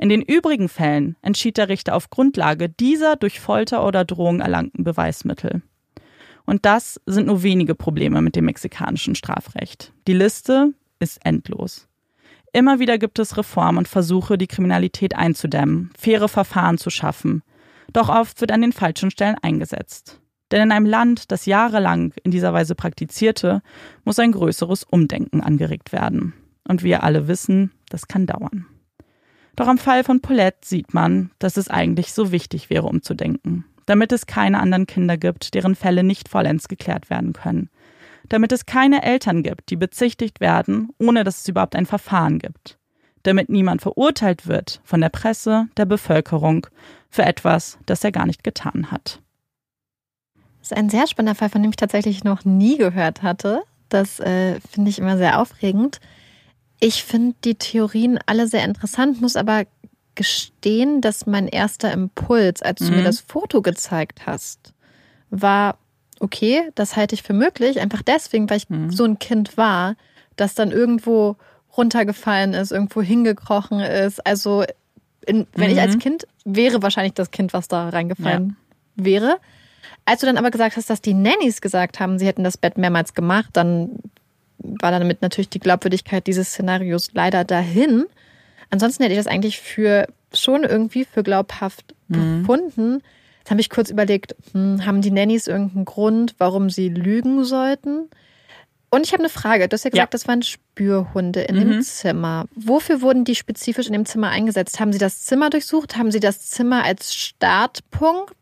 In den übrigen Fällen entschied der Richter auf Grundlage dieser durch Folter oder Drohung erlangten Beweismittel. Und das sind nur wenige Probleme mit dem mexikanischen Strafrecht. Die Liste ist endlos. Immer wieder gibt es Reformen und Versuche, die Kriminalität einzudämmen, faire Verfahren zu schaffen. Doch oft wird an den falschen Stellen eingesetzt. Denn in einem Land, das jahrelang in dieser Weise praktizierte, muss ein größeres Umdenken angeregt werden. Und wir alle wissen, das kann dauern. Doch am Fall von Paulette sieht man, dass es eigentlich so wichtig wäre, umzudenken. Damit es keine anderen Kinder gibt, deren Fälle nicht vollends geklärt werden können. Damit es keine Eltern gibt, die bezichtigt werden, ohne dass es überhaupt ein Verfahren gibt. Damit niemand verurteilt wird von der Presse, der Bevölkerung, für etwas, das er gar nicht getan hat. Das ist ein sehr spannender Fall, von dem ich tatsächlich noch nie gehört hatte. Das äh, finde ich immer sehr aufregend. Ich finde die Theorien alle sehr interessant, muss aber gestehen, dass mein erster Impuls, als du mhm. mir das Foto gezeigt hast, war, okay, das halte ich für möglich, einfach deswegen, weil ich mhm. so ein Kind war, das dann irgendwo runtergefallen ist, irgendwo hingekrochen ist. Also in, wenn mhm. ich als Kind wäre, wahrscheinlich das Kind, was da reingefallen ja. wäre. Als du dann aber gesagt hast, dass die Nannies gesagt haben, sie hätten das Bett mehrmals gemacht, dann war damit natürlich die Glaubwürdigkeit dieses Szenarios leider dahin. Ansonsten hätte ich das eigentlich für schon irgendwie für glaubhaft mhm. befunden. Jetzt habe ich kurz überlegt, hm, haben die Nannies irgendeinen Grund, warum sie lügen sollten? Und ich habe eine Frage. Du hast ja gesagt, ja. das waren Spürhunde in mhm. dem Zimmer. Wofür wurden die spezifisch in dem Zimmer eingesetzt? Haben sie das Zimmer durchsucht? Haben sie das Zimmer als Startpunkt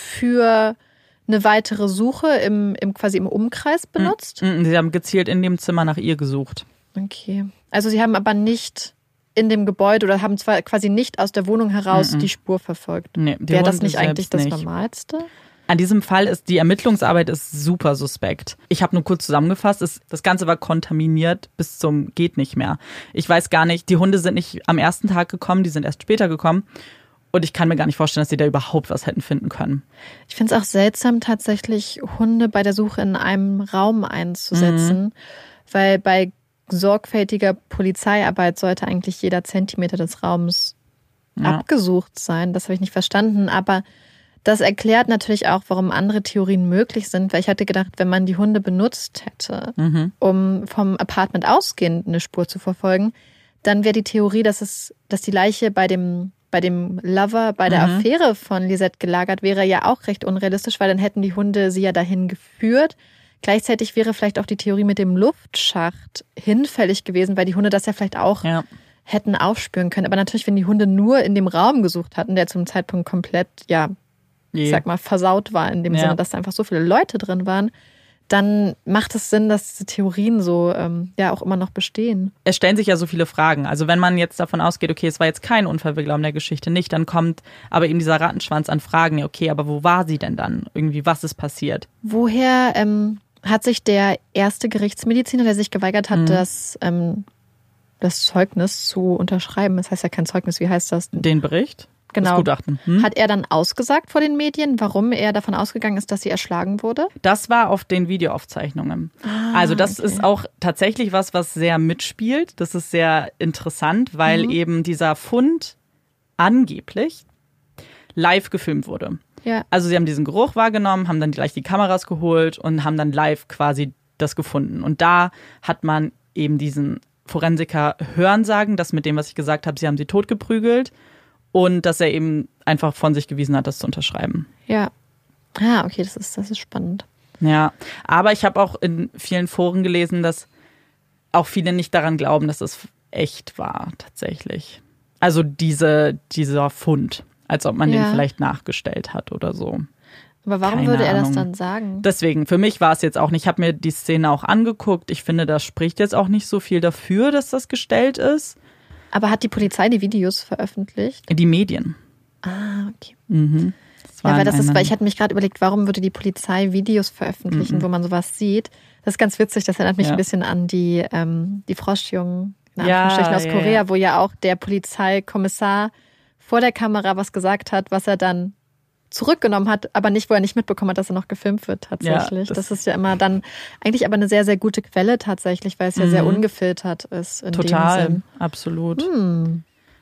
für eine weitere Suche im, im quasi im Umkreis benutzt? Mhm. Sie haben gezielt in dem Zimmer nach ihr gesucht. Okay. Also sie haben aber nicht in dem Gebäude oder haben zwar quasi nicht aus der Wohnung heraus mhm. die Spur verfolgt. Nee, Wäre das nicht eigentlich das nicht. Normalste? An diesem Fall ist die Ermittlungsarbeit ist super suspekt. Ich habe nur kurz zusammengefasst, es, das Ganze war kontaminiert bis zum geht nicht mehr. Ich weiß gar nicht, die Hunde sind nicht am ersten Tag gekommen, die sind erst später gekommen. Und ich kann mir gar nicht vorstellen, dass sie da überhaupt was hätten finden können. Ich finde es auch seltsam, tatsächlich Hunde bei der Suche in einem Raum einzusetzen. Mhm. Weil bei sorgfältiger Polizeiarbeit sollte eigentlich jeder Zentimeter des Raums ja. abgesucht sein. Das habe ich nicht verstanden. Aber das erklärt natürlich auch, warum andere Theorien möglich sind. Weil ich hatte gedacht, wenn man die Hunde benutzt hätte, mhm. um vom Apartment ausgehend eine Spur zu verfolgen, dann wäre die Theorie, dass es, dass die Leiche bei dem bei dem Lover, bei der mhm. Affäre von Lisette gelagert wäre, ja auch recht unrealistisch, weil dann hätten die Hunde sie ja dahin geführt. Gleichzeitig wäre vielleicht auch die Theorie mit dem Luftschacht hinfällig gewesen, weil die Hunde das ja vielleicht auch ja. hätten aufspüren können. Aber natürlich, wenn die Hunde nur in dem Raum gesucht hatten, der zum Zeitpunkt komplett, ja, Je. ich sag mal, versaut war, in dem ja. Sinne, dass da einfach so viele Leute drin waren, dann macht es Sinn, dass diese Theorien so ähm, ja auch immer noch bestehen. Es stellen sich ja so viele Fragen. Also wenn man jetzt davon ausgeht, okay, es war jetzt kein Unfall, wir glauben der Geschichte nicht, dann kommt aber eben dieser Rattenschwanz an Fragen. Okay, aber wo war sie denn dann? Irgendwie, was ist passiert? Woher ähm, hat sich der erste Gerichtsmediziner, der sich geweigert hat, mhm. das, ähm, das Zeugnis zu unterschreiben, das heißt ja kein Zeugnis, wie heißt das? Den Bericht? Genau. Das Gutachten. Hm? Hat er dann ausgesagt vor den Medien, warum er davon ausgegangen ist, dass sie erschlagen wurde? Das war auf den Videoaufzeichnungen. Ah, also das okay. ist auch tatsächlich was, was sehr mitspielt. Das ist sehr interessant, weil mhm. eben dieser Fund angeblich live gefilmt wurde. Ja. Also sie haben diesen Geruch wahrgenommen, haben dann gleich die Kameras geholt und haben dann live quasi das gefunden. Und da hat man eben diesen Forensiker Hörensagen, das mit dem, was ich gesagt habe, sie haben sie totgeprügelt. Und dass er eben einfach von sich gewiesen hat, das zu unterschreiben. Ja. Ah, okay, das ist, das ist spannend. Ja, aber ich habe auch in vielen Foren gelesen, dass auch viele nicht daran glauben, dass es echt war, tatsächlich. Also diese, dieser Fund, als ob man ja. den vielleicht nachgestellt hat oder so. Aber warum Keine würde er Ahnung. das dann sagen? Deswegen, für mich war es jetzt auch nicht, ich habe mir die Szene auch angeguckt. Ich finde, das spricht jetzt auch nicht so viel dafür, dass das gestellt ist. Aber hat die Polizei die Videos veröffentlicht? Die Medien. Ah, okay. Mhm. Das ja, weil das ist, weil ich hatte mich gerade überlegt, warum würde die Polizei Videos veröffentlichen, mhm. wo man sowas sieht. Das ist ganz witzig, das erinnert mich ja. ein bisschen an die, ähm, die Froschjungen in Anführungsstrichen ja, aus Korea, ja. wo ja auch der Polizeikommissar vor der Kamera was gesagt hat, was er dann zurückgenommen hat, aber nicht, wo er nicht mitbekommen hat, dass er noch gefilmt wird tatsächlich. Ja, das, das ist ja immer dann eigentlich aber eine sehr, sehr gute Quelle tatsächlich, weil es ja mhm. sehr ungefiltert ist. In Total, dem Sinn. absolut. Hm.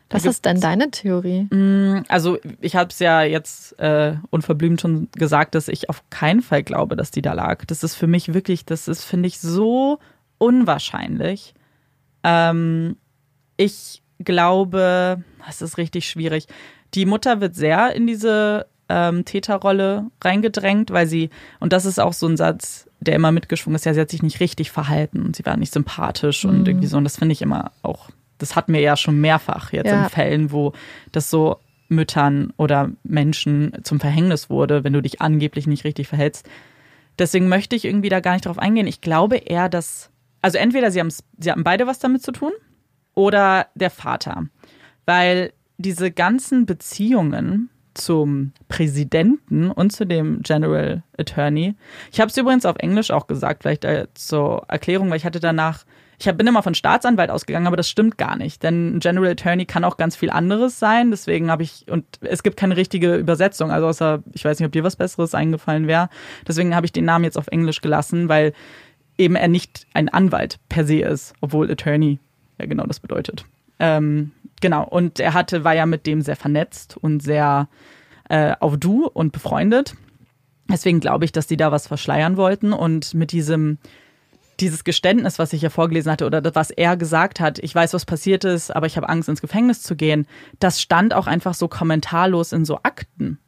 Was ist denn deine Theorie? Also ich habe es ja jetzt äh, unverblümt schon gesagt, dass ich auf keinen Fall glaube, dass die da lag. Das ist für mich wirklich, das ist, finde ich, so unwahrscheinlich. Ähm, ich glaube, das ist richtig schwierig. Die Mutter wird sehr in diese ähm, Täterrolle reingedrängt, weil sie, und das ist auch so ein Satz, der immer mitgeschwungen ist, ja, sie hat sich nicht richtig verhalten und sie war nicht sympathisch mhm. und irgendwie so. Und das finde ich immer auch, das hatten wir ja schon mehrfach jetzt ja. in Fällen, wo das so Müttern oder Menschen zum Verhängnis wurde, wenn du dich angeblich nicht richtig verhältst. Deswegen möchte ich irgendwie da gar nicht drauf eingehen. Ich glaube eher, dass, also entweder sie haben, sie hatten beide was damit zu tun oder der Vater. Weil diese ganzen Beziehungen zum Präsidenten und zu dem General Attorney, ich habe es übrigens auf Englisch auch gesagt, vielleicht zur Erklärung, weil ich hatte danach, ich bin immer von Staatsanwalt ausgegangen, aber das stimmt gar nicht, denn ein General Attorney kann auch ganz viel anderes sein, deswegen habe ich, und es gibt keine richtige Übersetzung, also außer, ich weiß nicht, ob dir was Besseres eingefallen wäre, deswegen habe ich den Namen jetzt auf Englisch gelassen, weil eben er nicht ein Anwalt per se ist, obwohl Attorney ja genau das bedeutet. Ähm, genau, und er hatte, war ja mit dem sehr vernetzt und sehr äh, auf Du und befreundet, deswegen glaube ich, dass die da was verschleiern wollten und mit diesem Dieses Geständnis, was ich ja vorgelesen hatte oder das, was er gesagt hat, ich weiß, was passiert ist, aber ich habe Angst, ins Gefängnis zu gehen, das stand auch einfach so kommentarlos in so Akten.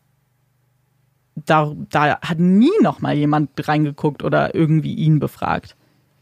Da, da hat nie noch mal jemand reingeguckt oder irgendwie ihn befragt.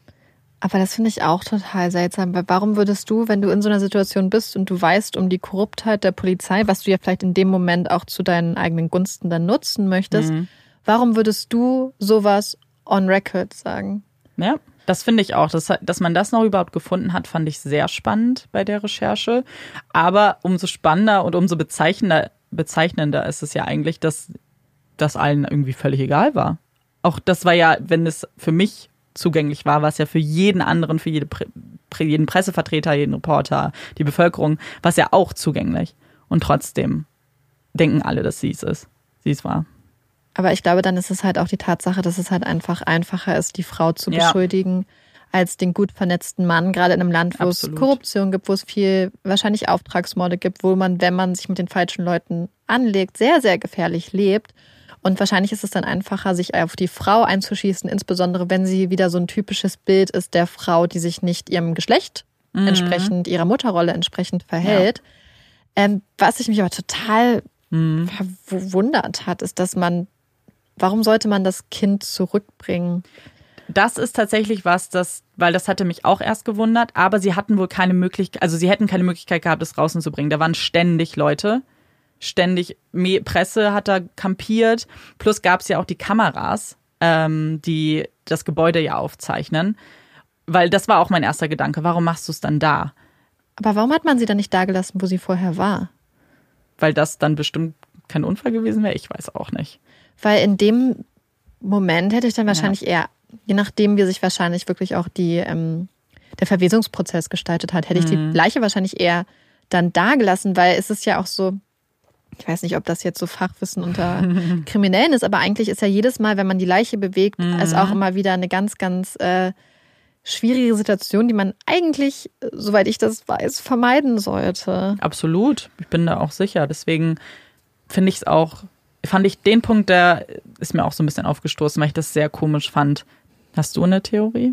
Aber das finde ich auch total seltsam, weil warum würdest du, wenn du in so einer Situation bist und du weißt um die Korruptheit der Polizei, was du ja vielleicht in dem Moment auch zu deinen eigenen Gunsten dann nutzen möchtest, mhm. warum würdest du sowas on record sagen? Ja. Das finde ich auch. Dass, dass man das noch überhaupt gefunden hat, fand ich sehr spannend bei der Recherche. Aber umso spannender und umso bezeichnender, bezeichnender ist es ja eigentlich, dass das allen irgendwie völlig egal war. Auch das war ja, wenn es für mich zugänglich war, war es ja für jeden anderen, für jede, jeden Pressevertreter, jeden Reporter, die Bevölkerung, war es ja auch zugänglich. Und trotzdem denken alle, dass sie es ist. Sie es war. Aber ich glaube, dann ist es halt auch die Tatsache, dass es halt einfach einfacher ist, die Frau zu ja. beschuldigen, als den gut vernetzten Mann, gerade in einem Land, wo Absolut. es Korruption gibt, wo es viel wahrscheinlich Auftragsmorde gibt, wo man, wenn man sich mit den falschen Leuten anlegt, sehr, sehr gefährlich lebt. Und wahrscheinlich ist es dann einfacher, sich auf die Frau einzuschießen, insbesondere wenn sie wieder so ein typisches Bild ist der Frau, die sich nicht ihrem Geschlecht mhm. entsprechend, ihrer Mutterrolle entsprechend verhält. Ja. Ähm, was ich mich aber total mhm. verwundert hat, ist, dass man, warum sollte man das Kind zurückbringen? Das ist tatsächlich was, das, weil das hatte mich auch erst gewundert, aber sie hatten wohl keine Möglichkeit, also sie hätten keine Möglichkeit gehabt, es draußen zu bringen. Da waren ständig Leute, ständig Presse hat da kampiert, plus gab es ja auch die Kameras, ähm, die das Gebäude ja aufzeichnen, weil das war auch mein erster Gedanke, warum machst du es dann da? Aber warum hat man sie dann nicht da gelassen, wo sie vorher war? Weil das dann bestimmt kein Unfall gewesen wäre, ich weiß auch nicht. Weil in dem Moment hätte ich dann wahrscheinlich ja. eher, je nachdem, wie sich wahrscheinlich wirklich auch die, ähm, der Verwesungsprozess gestaltet hat, hätte ich mhm. die Leiche wahrscheinlich eher dann da gelassen, weil es ist ja auch so, ich weiß nicht, ob das jetzt so Fachwissen unter Kriminellen ist, aber eigentlich ist ja jedes Mal, wenn man die Leiche bewegt, mhm. es auch immer wieder eine ganz, ganz äh, schwierige Situation, die man eigentlich, soweit ich das weiß, vermeiden sollte. Absolut, ich bin da auch sicher. Deswegen finde ich es auch, fand ich den Punkt, der ist mir auch so ein bisschen aufgestoßen, weil ich das sehr komisch fand. Hast du eine Theorie?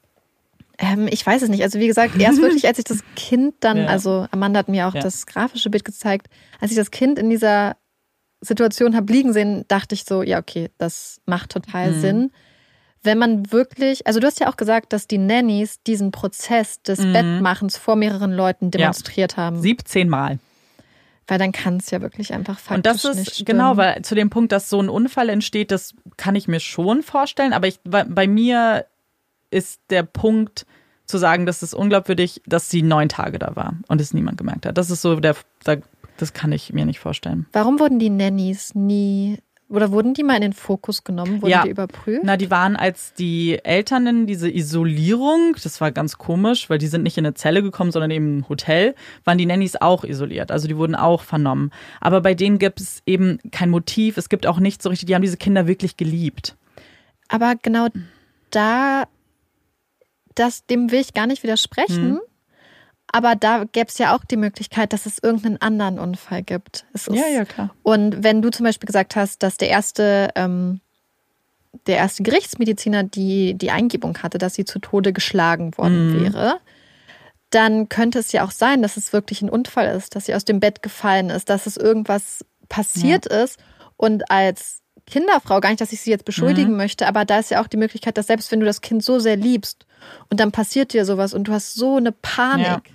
Ähm, ich weiß es nicht. Also wie gesagt, erst wirklich, als ich das Kind dann, ja. also Amanda hat mir auch ja. das grafische Bild gezeigt, als ich das Kind in dieser Situation habe liegen sehen, dachte ich so, ja okay, das macht total mhm. Sinn. Wenn man wirklich, also du hast ja auch gesagt, dass die Nannies diesen Prozess des mhm. Bettmachens vor mehreren Leuten demonstriert ja. haben. siebzehn Mal. Weil dann kann es ja wirklich einfach faktisch Und das ist, nicht stimmen. Genau, weil zu dem Punkt, dass so ein Unfall entsteht, das kann ich mir schon vorstellen. Aber ich, bei mir ist der Punkt zu sagen, dass es unglaubwürdig, dass sie neun Tage da war und es niemand gemerkt hat. Das ist so der, das kann ich mir nicht vorstellen. Warum wurden die Nannies nie, oder wurden die mal in den Fokus genommen? Wurden ja. die überprüft? Na, die waren als die Eltern in diese Isolierung, das war ganz komisch, weil die sind nicht in eine Zelle gekommen, sondern eben im Hotel, waren die Nannies auch isoliert. Also die wurden auch vernommen. Aber bei denen gibt es eben kein Motiv, es gibt auch nicht so richtig, die haben diese Kinder wirklich geliebt. Aber genau da, das, dem will ich gar nicht widersprechen. Hm. Aber da gäbe es ja auch die Möglichkeit, dass es irgendeinen anderen Unfall gibt. Es ist, ja, ja, klar. Und wenn du zum Beispiel gesagt hast, dass der erste, ähm, der erste Gerichtsmediziner die, die Eingebung hatte, dass sie zu Tode geschlagen worden mhm. wäre, dann könnte es ja auch sein, dass es wirklich ein Unfall ist, dass sie aus dem Bett gefallen ist, dass es irgendwas passiert ja. ist. Und als Kinderfrau, gar nicht, dass ich sie jetzt beschuldigen mhm. möchte, aber da ist ja auch die Möglichkeit, dass selbst wenn du das Kind so sehr liebst und dann passiert dir sowas und du hast so eine Panik. Ja.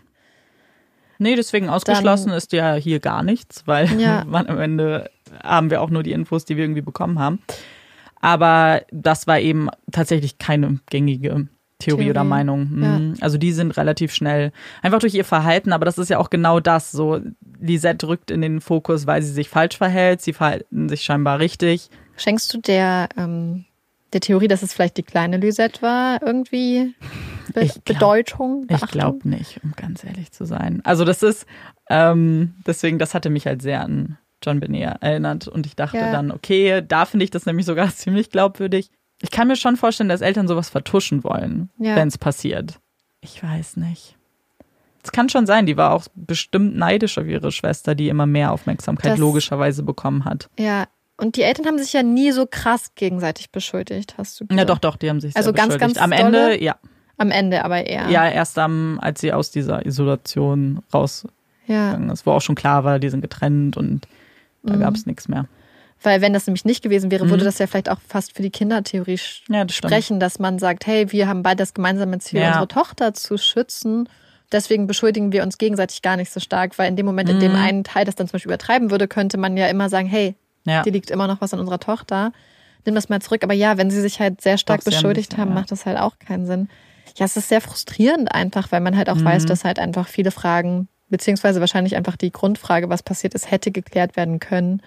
Nee, deswegen ausgeschlossen dann, ist ja hier gar nichts, weil ja. man, am Ende haben wir auch nur die Infos, die wir irgendwie bekommen haben. Aber das war eben tatsächlich keine gängige Theorie, Theorie. oder Meinung. Mhm. Ja. Also die sind relativ schnell, einfach durch ihr Verhalten, aber das ist ja auch genau das. So, Lisette rückt in den Fokus, weil sie sich falsch verhält, sie verhalten sich scheinbar richtig. Schenkst du der, ähm, der Theorie, dass es vielleicht die kleine Lisette war, irgendwie Be- ich glaub, Bedeutung? Beachtung? Ich glaube nicht, um ganz ehrlich zu sein. Also das ist, ähm, deswegen, das hatte mich halt sehr an JonBenét erinnert und ich dachte ja. dann, okay, da finde ich das nämlich sogar ziemlich glaubwürdig. Ich kann mir schon vorstellen, dass Eltern sowas vertuschen wollen, ja. wenn es passiert. Ich weiß nicht. Es kann schon sein, die war auch bestimmt neidisch auf ihre Schwester, die immer mehr Aufmerksamkeit das, logischerweise bekommen hat. Ja, und die Eltern haben sich ja nie so krass gegenseitig beschuldigt, hast du gesagt? Ja, doch, doch, die haben sich also sehr ganz, beschuldigt. ganz Am dolle? Ende, ja. Am Ende aber eher. Ja, erst am, als sie aus dieser Isolation rausgegangen ja. ist, wo auch schon klar war, die sind getrennt und da mhm. gab es nichts mehr. Weil wenn das nämlich nicht gewesen wäre, würde das ja vielleicht auch fast für die Kindertheorie ja, das sprechen, stimmt. dass man sagt, hey, wir haben beide das gemeinsame Ziel, ja. unsere Tochter zu schützen. Deswegen beschuldigen wir uns gegenseitig gar nicht so stark, weil in dem Moment, in dem Mhm. ein Teil das dann zum Beispiel übertreiben würde, könnte man ja immer sagen, hey, ja. dir liegt immer noch was an unserer Tochter. Nimm das mal zurück. Aber ja, wenn sie sich halt sehr stark Doch, beschuldigt haben, haben ja. macht das halt auch keinen Sinn. Ja, es ist sehr frustrierend einfach, weil man halt auch mhm. weiß, dass halt einfach viele Fragen, beziehungsweise wahrscheinlich einfach die Grundfrage, was passiert ist, hätte geklärt werden können.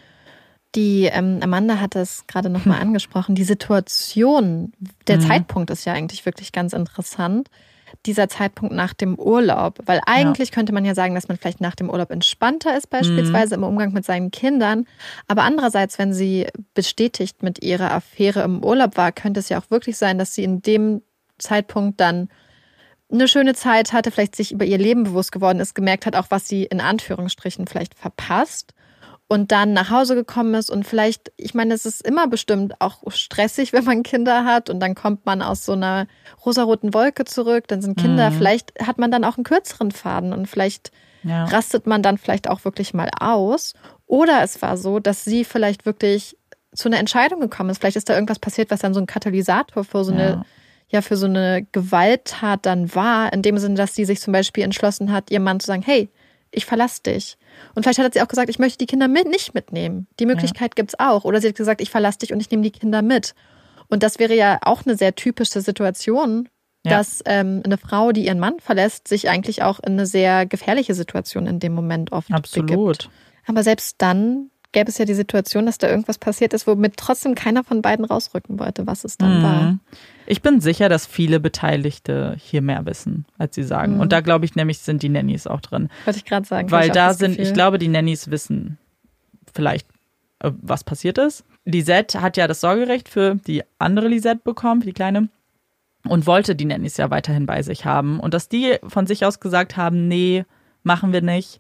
Die ähm, Amanda hat es gerade nochmal hm. angesprochen. Die Situation, der mhm. Zeitpunkt ist ja eigentlich wirklich ganz interessant. Dieser Zeitpunkt nach dem Urlaub. Weil eigentlich ja. könnte man ja sagen, dass man vielleicht nach dem Urlaub entspannter ist, beispielsweise mhm. im Umgang mit seinen Kindern. Aber andererseits, wenn sie bestätigt mit ihrer Affäre im Urlaub war, könnte es ja auch wirklich sein, dass sie in dem Zeitpunkt dann eine schöne Zeit hatte, vielleicht sich über ihr Leben bewusst geworden ist, gemerkt hat, auch was sie in Anführungsstrichen vielleicht verpasst. Und dann nach Hause gekommen ist und vielleicht, ich meine, es ist immer bestimmt auch stressig, wenn man Kinder hat und dann kommt man aus so einer rosaroten Wolke zurück, dann sind Kinder, mhm. vielleicht hat man dann auch einen kürzeren Faden und vielleicht ja. rastet man dann vielleicht auch wirklich mal aus. Oder es war so, dass sie vielleicht wirklich zu einer Entscheidung gekommen ist. Vielleicht ist da irgendwas passiert, was dann so ein Katalysator für so eine, ja, ja für so eine Gewalttat dann war, in dem Sinne, dass sie sich zum Beispiel entschlossen hat, ihrem Mann zu sagen, hey, ich verlasse dich. Und vielleicht hat sie auch gesagt, ich möchte die Kinder mit, nicht mitnehmen. Die Möglichkeit ja. gibt's auch. Oder sie hat gesagt, ich verlasse dich und ich nehme die Kinder mit. Und das wäre ja auch eine sehr typische Situation, ja. dass ähm, eine Frau, die ihren Mann verlässt, sich eigentlich auch in eine sehr gefährliche Situation in dem Moment oft Absolut. begibt. Aber selbst dann gäbe es ja die Situation, dass da irgendwas passiert ist, womit trotzdem keiner von beiden rausrücken wollte, was es dann mhm. war. Ich bin sicher, dass viele Beteiligte hier mehr wissen, als sie sagen. Mhm. Und da glaube ich nämlich, sind die Nannies auch drin. Wollte ich gerade sagen. Weil da sind, Gefühl. ich glaube, die Nannies wissen vielleicht, was passiert ist. Lisette hat ja das Sorgerecht für die andere Lisette bekommen, für die Kleine. Und wollte die Nannies ja weiterhin bei sich haben. Und dass die von sich aus gesagt haben, nee, machen wir nicht.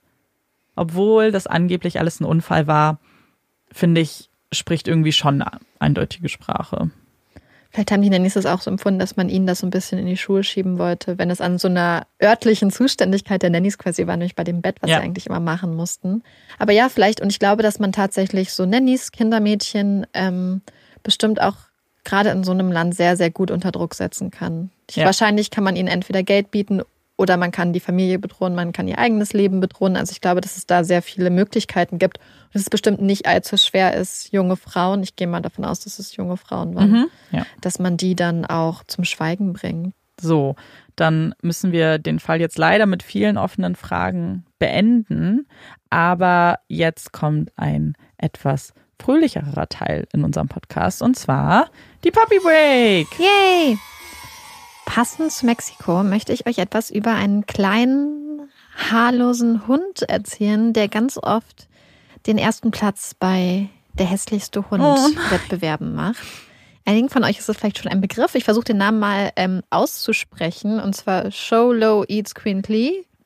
Obwohl das angeblich alles ein Unfall war, finde ich, spricht irgendwie schon eine eindeutige Sprache. Vielleicht haben die Nannies das auch so empfunden, dass man ihnen das so ein bisschen in die Schuhe schieben wollte, wenn es an so einer örtlichen Zuständigkeit der Nannies quasi war, nämlich bei dem Bett, was ja. sie eigentlich immer machen mussten. Aber ja, vielleicht, und ich glaube, dass man tatsächlich so Nannies, Kindermädchen, ähm, bestimmt auch gerade in so einem Land sehr, sehr gut unter Druck setzen kann. Ja. Wahrscheinlich kann man ihnen entweder Geld bieten oder man kann die Familie bedrohen, man kann ihr eigenes Leben bedrohen. Also ich glaube, dass es da sehr viele Möglichkeiten gibt. Und dass es bestimmt nicht allzu schwer ist, junge Frauen, ich gehe mal davon aus, dass es junge Frauen waren, mhm, ja. dass man die dann auch zum Schweigen bringt. So, dann müssen wir den Fall jetzt leider mit vielen offenen Fragen beenden. Aber jetzt kommt ein etwas fröhlicherer Teil in unserem Podcast und zwar die Puppy Break. Yay! Passend zu Mexiko möchte ich euch etwas über einen kleinen, haarlosen Hund erzählen, der ganz oft den ersten Platz bei der hässlichste Hund-Wettbewerben macht. Einigen von euch ist es vielleicht schon ein Begriff. Ich versuche den Namen mal ähm, auszusprechen. Und zwar Xolo Eats Quintly.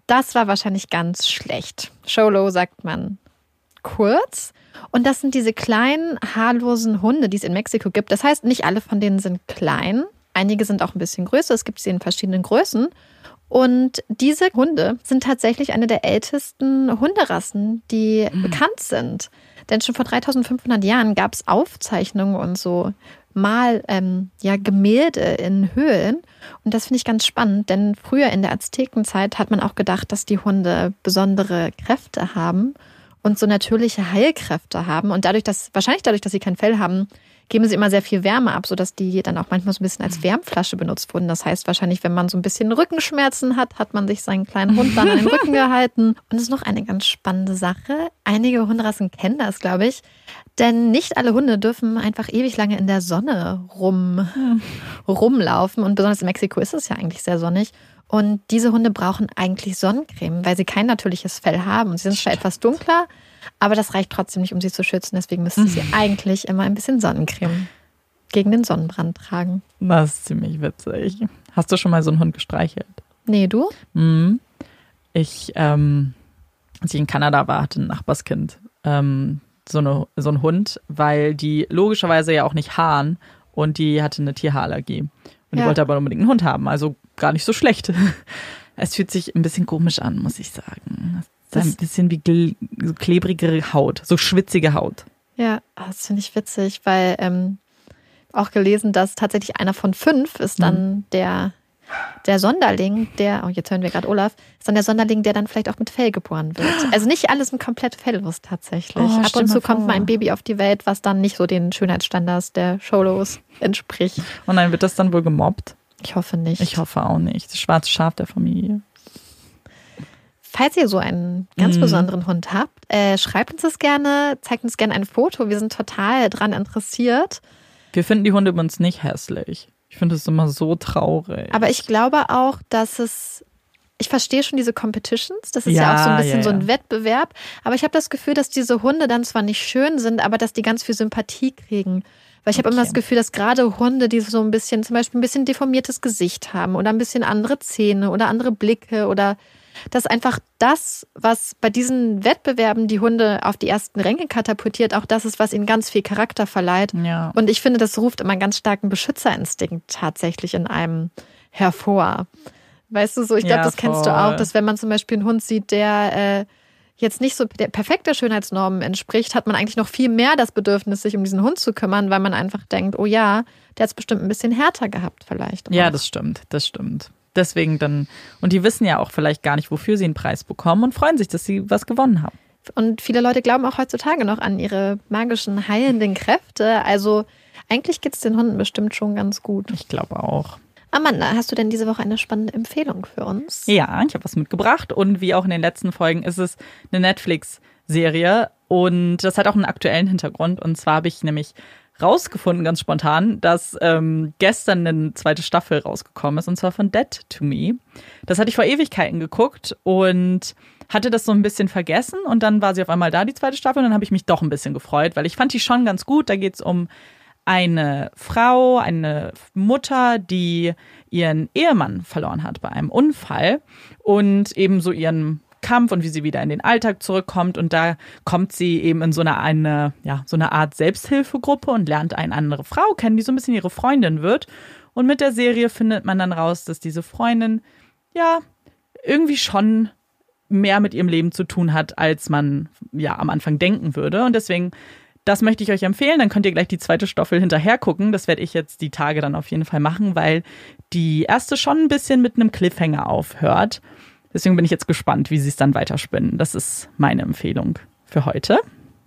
Das war wahrscheinlich ganz schlecht. Cholo sagt man kurz. Und das sind diese kleinen, haarlosen Hunde, die es in Mexiko gibt. Das heißt, nicht alle von denen sind klein. Einige sind auch ein bisschen größer. Es gibt sie in verschiedenen Größen. Und diese Hunde sind tatsächlich eine der ältesten Hunderassen, die mhm. bekannt sind. Denn schon vor dreitausendfünfhundert Jahren gab es Aufzeichnungen und so mal ähm, ja, Gemälde in Höhlen. Und das finde ich ganz spannend, denn früher in der Aztekenzeit hat man auch gedacht, dass die Hunde besondere Kräfte haben und so natürliche Heilkräfte haben. Und dadurch, dass wahrscheinlich dadurch, dass sie kein Fell haben, geben sie immer sehr viel Wärme ab, sodass die dann auch manchmal so ein bisschen als Wärmflasche benutzt wurden. Das heißt wahrscheinlich, wenn man so ein bisschen Rückenschmerzen hat, hat man sich seinen kleinen Hund dann an den Rücken gehalten. Und es ist noch eine ganz spannende Sache. Einige Hunderassen kennen das, glaube ich. Denn nicht alle Hunde dürfen einfach ewig lange in der Sonne rum, rumlaufen. Und besonders in Mexiko ist es ja eigentlich sehr sonnig. Und diese Hunde brauchen eigentlich Sonnencreme, weil sie kein natürliches Fell haben. Und sie sind zwar etwas dunkler, aber das reicht trotzdem nicht, um sie zu schützen. Deswegen müssen sie eigentlich immer ein bisschen Sonnencreme gegen den Sonnenbrand tragen. Das ist ziemlich witzig. Hast du schon mal so einen Hund gestreichelt? Nee, du? Mhm. Ich, ähm, als ich in Kanada war, hatte ein Nachbarskind ähm, so, eine, so einen Hund, weil die logischerweise ja auch nicht haaren und die hatte eine Tierhaarallergie. Und die Ja. wollte aber unbedingt einen Hund haben, also gar nicht so schlecht. Es fühlt sich ein bisschen komisch an, muss ich sagen. Es ist ein bisschen wie gl- so klebrige Haut, so schwitzige Haut. Ja, das finde ich witzig, weil ähm, auch gelesen, dass tatsächlich einer von fünf ist dann mhm. der, der Sonderling, der, oh jetzt hören wir gerade Olaf, ist dann der Sonderling, der dann vielleicht auch mit Fell geboren wird. Also nicht alles sind komplett felllos tatsächlich. Oh, Ab und zu kommt vor. mal ein Baby auf die Welt, was dann nicht so den Schönheitsstandards der Cholos entspricht. Und dann wird das dann wohl gemobbt? Ich hoffe nicht. Ich hoffe auch nicht. Das schwarze Schaf der Familie. Falls ihr so einen ganz Mhm. besonderen Hund habt, äh, schreibt uns das gerne, zeigt uns gerne ein Foto. Wir sind total dran interessiert. Wir finden die Hunde übrigens nicht hässlich. Ich finde es immer so traurig. Aber ich glaube auch, dass es, ich verstehe schon diese Competitions, das ist ja, Ja, auch so ein bisschen ja, so ein ja. Wettbewerb, aber ich habe das Gefühl, dass diese Hunde dann zwar nicht schön sind, aber dass die ganz viel Sympathie kriegen. Weil ich habe Okay. immer das Gefühl, dass gerade Hunde, die so ein bisschen, zum Beispiel ein bisschen deformiertes Gesicht haben oder ein bisschen andere Zähne oder andere Blicke oder dass einfach das, was bei diesen Wettbewerben die Hunde auf die ersten Ränge katapultiert, auch das ist, was ihnen ganz viel Charakter verleiht. Ja. Und ich finde, das ruft immer einen ganz starken Beschützerinstinkt tatsächlich in einem hervor. Weißt du so, ich glaube, Ja, das kennst du voll. auch, dass wenn man zum Beispiel einen Hund sieht, der äh, jetzt nicht so der perfekter Schönheitsnormen entspricht, hat man eigentlich noch viel mehr das Bedürfnis, sich um diesen Hund zu kümmern, weil man einfach denkt, oh ja, der hat es bestimmt ein bisschen härter gehabt vielleicht. Ja, auch. das stimmt, das stimmt. Deswegen dann, und die wissen ja auch vielleicht gar nicht, wofür sie einen Preis bekommen und freuen sich, dass sie was gewonnen haben. Und viele Leute glauben auch heutzutage noch an ihre magischen, heilenden Kräfte. Also eigentlich geht es den Hunden bestimmt schon ganz gut. Ich glaube auch. Amanda, hast du denn diese Woche eine spannende Empfehlung für uns? Ja, ich habe was mitgebracht und wie auch in den letzten Folgen ist es eine Netflix-Serie und das hat auch einen aktuellen Hintergrund. Und zwar habe ich nämlich rausgefunden, ganz spontan, dass ähm, gestern eine zweite Staffel rausgekommen ist und zwar von Dead to Me. Das hatte ich vor Ewigkeiten geguckt und hatte das so ein bisschen vergessen und dann war sie auf einmal da, die zweite Staffel, und dann habe ich mich doch ein bisschen gefreut, weil ich fand die schon ganz gut. Da geht es um eine Frau, eine Mutter, die ihren Ehemann verloren hat bei einem Unfall und eben so ihren Kampf und wie sie wieder in den Alltag zurückkommt. Und da kommt sie eben in so eine, eine, ja, so eine Art Selbsthilfegruppe und lernt eine andere Frau kennen, die so ein bisschen ihre Freundin wird. Und mit der Serie findet man dann raus, dass diese Freundin ja irgendwie schon mehr mit ihrem Leben zu tun hat, als man ja am Anfang denken würde. Und deswegen, das möchte ich euch empfehlen. Dann könnt ihr gleich die zweite Staffel hinterher gucken. Das werde ich jetzt die Tage dann auf jeden Fall machen, weil die erste schon ein bisschen mit einem Cliffhanger aufhört. Deswegen bin ich jetzt gespannt, wie sie es dann weiterspinnen. Das ist meine Empfehlung für heute.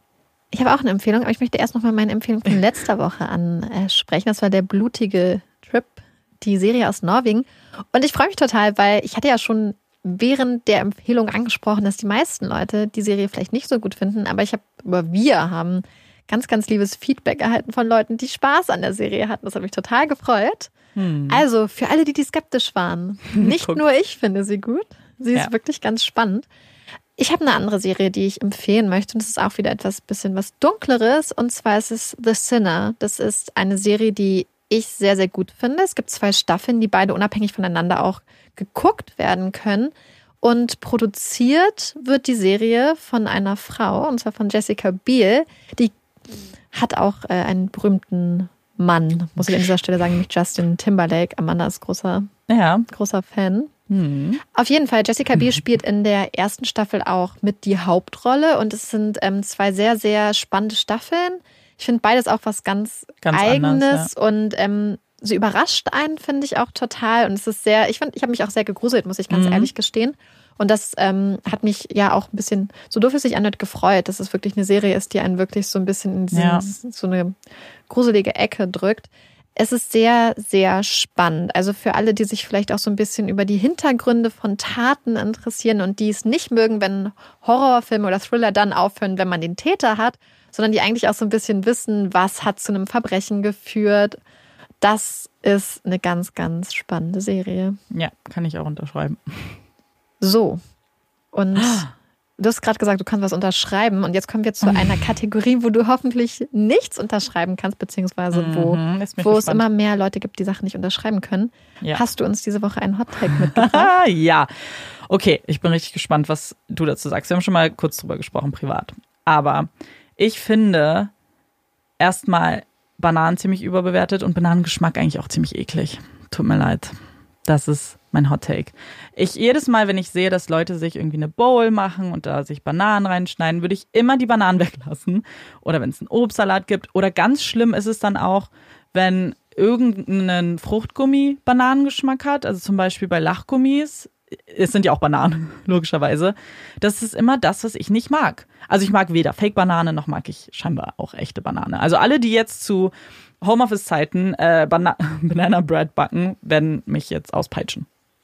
Ich habe auch eine Empfehlung, aber ich möchte erst noch mal meine Empfehlung von letzter Woche ansprechen. Das war der blutige Trip, die Serie aus Norwegen. Und ich freue mich total, weil ich hatte ja schon während der Empfehlung angesprochen, dass die meisten Leute die Serie vielleicht nicht so gut finden. Aber ich habe, aber wir haben ganz, ganz liebes Feedback erhalten von Leuten, die Spaß an der Serie hatten. Das hat mich total gefreut. Hm. Also für alle, die, die skeptisch waren, nicht Guck. nur ich finde sie gut. Sie ist Ja. wirklich ganz spannend. Ich habe eine andere Serie, die ich empfehlen möchte. Und das ist auch wieder etwas bisschen was Dunkleres. Und zwar ist es The Sinner. Das ist eine Serie, die ich sehr, sehr gut finde. Es gibt zwei Staffeln, die beide unabhängig voneinander auch geguckt werden können. Und produziert wird die Serie von einer Frau, und zwar von Jessica Biel. Die hat auch äh, einen berühmten Mann, muss ich an dieser Stelle sagen, nämlich Justin Timberlake. Amanda ist großer, ja. großer Fan. Mhm. Auf jeden Fall, Jessica Biel spielt in der ersten Staffel auch mit die Hauptrolle. Und es sind ähm, zwei sehr, sehr spannende Staffeln. Ich finde beides auch was ganz, ganz Eigenes. Anders, ja. Und ähm, sie überrascht einen, finde ich auch total. Und es ist sehr, ich finde, ich habe mich auch sehr gegruselt, muss ich ganz mhm. ehrlich gestehen. Und das ähm, hat mich ja auch ein bisschen, so doof es sich anhört, gefreut, dass es wirklich eine Serie ist, die einen wirklich so ein bisschen in diesen, ja. so eine gruselige Ecke drückt. Es ist sehr, sehr spannend. Also für alle, die sich vielleicht auch so ein bisschen über die Hintergründe von Taten interessieren und die es nicht mögen, wenn Horrorfilme oder Thriller dann aufhören, wenn man den Täter hat, sondern die eigentlich auch so ein bisschen wissen, was hat zu einem Verbrechen geführt. Das ist eine ganz, ganz spannende Serie. Ja, kann ich auch unterschreiben. So, und du hast gerade gesagt, du kannst was unterschreiben. Und jetzt kommen wir zu einer Kategorie, wo du hoffentlich nichts unterschreiben kannst, beziehungsweise wo, mhm, wo es immer mehr Leute gibt, die Sachen nicht unterschreiben können. Ja. Hast du uns diese Woche einen Hot-Take mitgebracht? Ja, okay, ich bin richtig gespannt, was du dazu sagst. Wir haben schon mal kurz drüber gesprochen, privat. Aber ich finde erstmal Bananen ziemlich überbewertet und Bananengeschmack eigentlich auch ziemlich eklig. Tut mir leid. Das ist mein Hot Take. Ich jedes Mal, wenn ich sehe, dass Leute sich irgendwie eine Bowl machen und da sich Bananen reinschneiden, würde ich immer die Bananen weglassen. Oder wenn es einen Obstsalat gibt. Oder ganz schlimm ist es dann auch, wenn irgendein Fruchtgummi Bananengeschmack hat. Also zum Beispiel bei Lachgummis. Es sind ja auch Bananen, logischerweise. Das ist immer das, was ich nicht mag. Also ich mag weder Fake-Banane, noch mag ich scheinbar auch echte Banane. Also alle, die jetzt zu Homeoffice-Zeiten äh, Bana- Banana Bread backen, werden mich jetzt auspeitschen.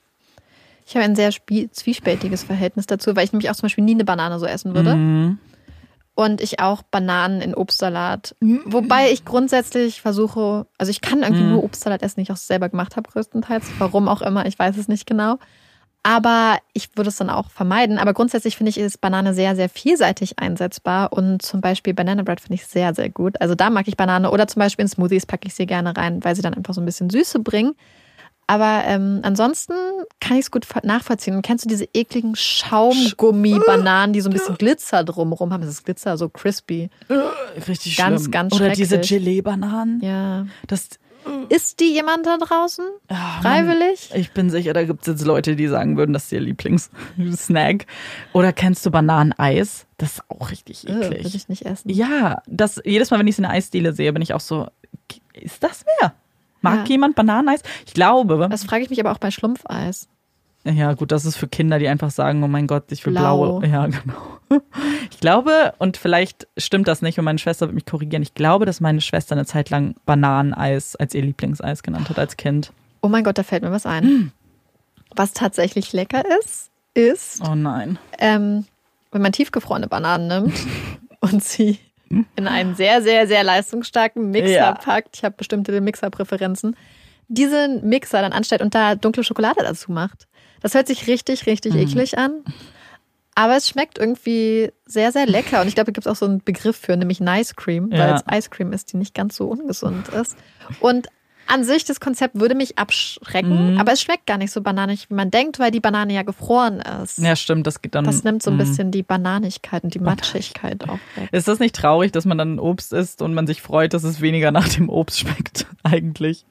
Ich habe ein sehr spie- zwiespältiges Verhältnis dazu, weil ich nämlich auch zum Beispiel nie eine Banane so essen würde. Mm. Und ich auch Bananen in Obstsalat. Mm. Wobei ich grundsätzlich versuche, also ich kann irgendwie mm. nur Obstsalat essen, den ich auch selber gemacht habe größtenteils. Warum auch immer, ich weiß es nicht genau. Aber ich würde es dann auch vermeiden. Aber grundsätzlich finde ich, ist Banane sehr, sehr vielseitig einsetzbar. Und zum Beispiel Banana Bread finde ich sehr, sehr gut. Also da mag ich Banane. Oder zum Beispiel in Smoothies packe ich sie gerne rein, weil sie dann einfach so ein bisschen Süße bringen. Aber ähm, ansonsten kann ich es gut nachvollziehen. Und kennst du diese ekligen Schaumgummi-Bananen, die so ein bisschen Glitzer drumherum haben? Das ist Glitzer, so crispy. Richtig ganz, schlimm. Ganz, ganz Oder schrecklich. diese Gelee-Bananen. Ja. Das Isst die jemand da draußen? Ja, freiwillig? Mann, ich bin sicher, da gibt es jetzt Leute, die sagen würden, das ist ihr Lieblingssnack. Oder kennst du Bananeneis? Das ist auch richtig eklig. Würde ich nicht essen. Ja, das, jedes Mal, wenn ich es in der Eisdiele sehe, bin ich auch so, ist das mehr? Mag ja. jemand Bananeneis? Ich glaube. Das frage ich mich aber auch bei Schlumpfeis. Ja, gut, das ist für Kinder, die einfach sagen, oh mein Gott, ich will Blau. blaue. Ja, genau. Ich glaube, und vielleicht stimmt das nicht und meine Schwester wird mich korrigieren, ich glaube, dass meine Schwester eine Zeit lang Bananeneis als ihr Lieblingseis genannt hat als Kind. Oh mein Gott, da fällt mir was ein. Hm. Was tatsächlich lecker ist, ist, oh nein, ähm, wenn man tiefgefrorene Bananen nimmt und sie in einen sehr, sehr, sehr leistungsstarken Mixer ja. packt, ich habe bestimmte Mixerpräferenzen, diesen Mixer dann anstellt und da dunkle Schokolade dazu macht. Das hört sich richtig, richtig mhm. eklig an. Aber es schmeckt irgendwie sehr, sehr lecker. Und ich glaube, da gibt es auch so einen Begriff für, nämlich Nice Cream, ja. weil es Ice Cream ist, die nicht ganz so ungesund ist. Und an sich, das Konzept würde mich abschrecken, mhm. aber es schmeckt gar nicht so bananig, wie man denkt, weil die Banane ja gefroren ist. Ja, stimmt. Das geht dann. Das nimmt so ein mh. bisschen die Bananigkeit und die Matschigkeit auch weg. Ist das nicht traurig, dass man dann Obst isst und man sich freut, dass es weniger nach dem Obst schmeckt, eigentlich?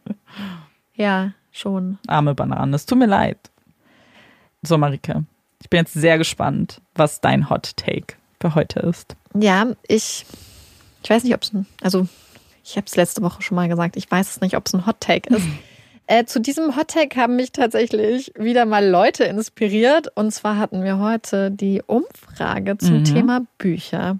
Ja, schon. Arme Bananen. Es tut mir leid. So, Marike, ich bin jetzt sehr gespannt, was dein Hot Take für heute ist. Ja, ich, ich weiß nicht, ob es ein, also ich habe es letzte Woche schon mal gesagt, ich weiß es nicht, ob es ein Hot Take ist. äh, zu diesem Hot Take haben mich tatsächlich wieder mal Leute inspiriert. Und zwar hatten wir heute die Umfrage zum mhm. Thema Bücher.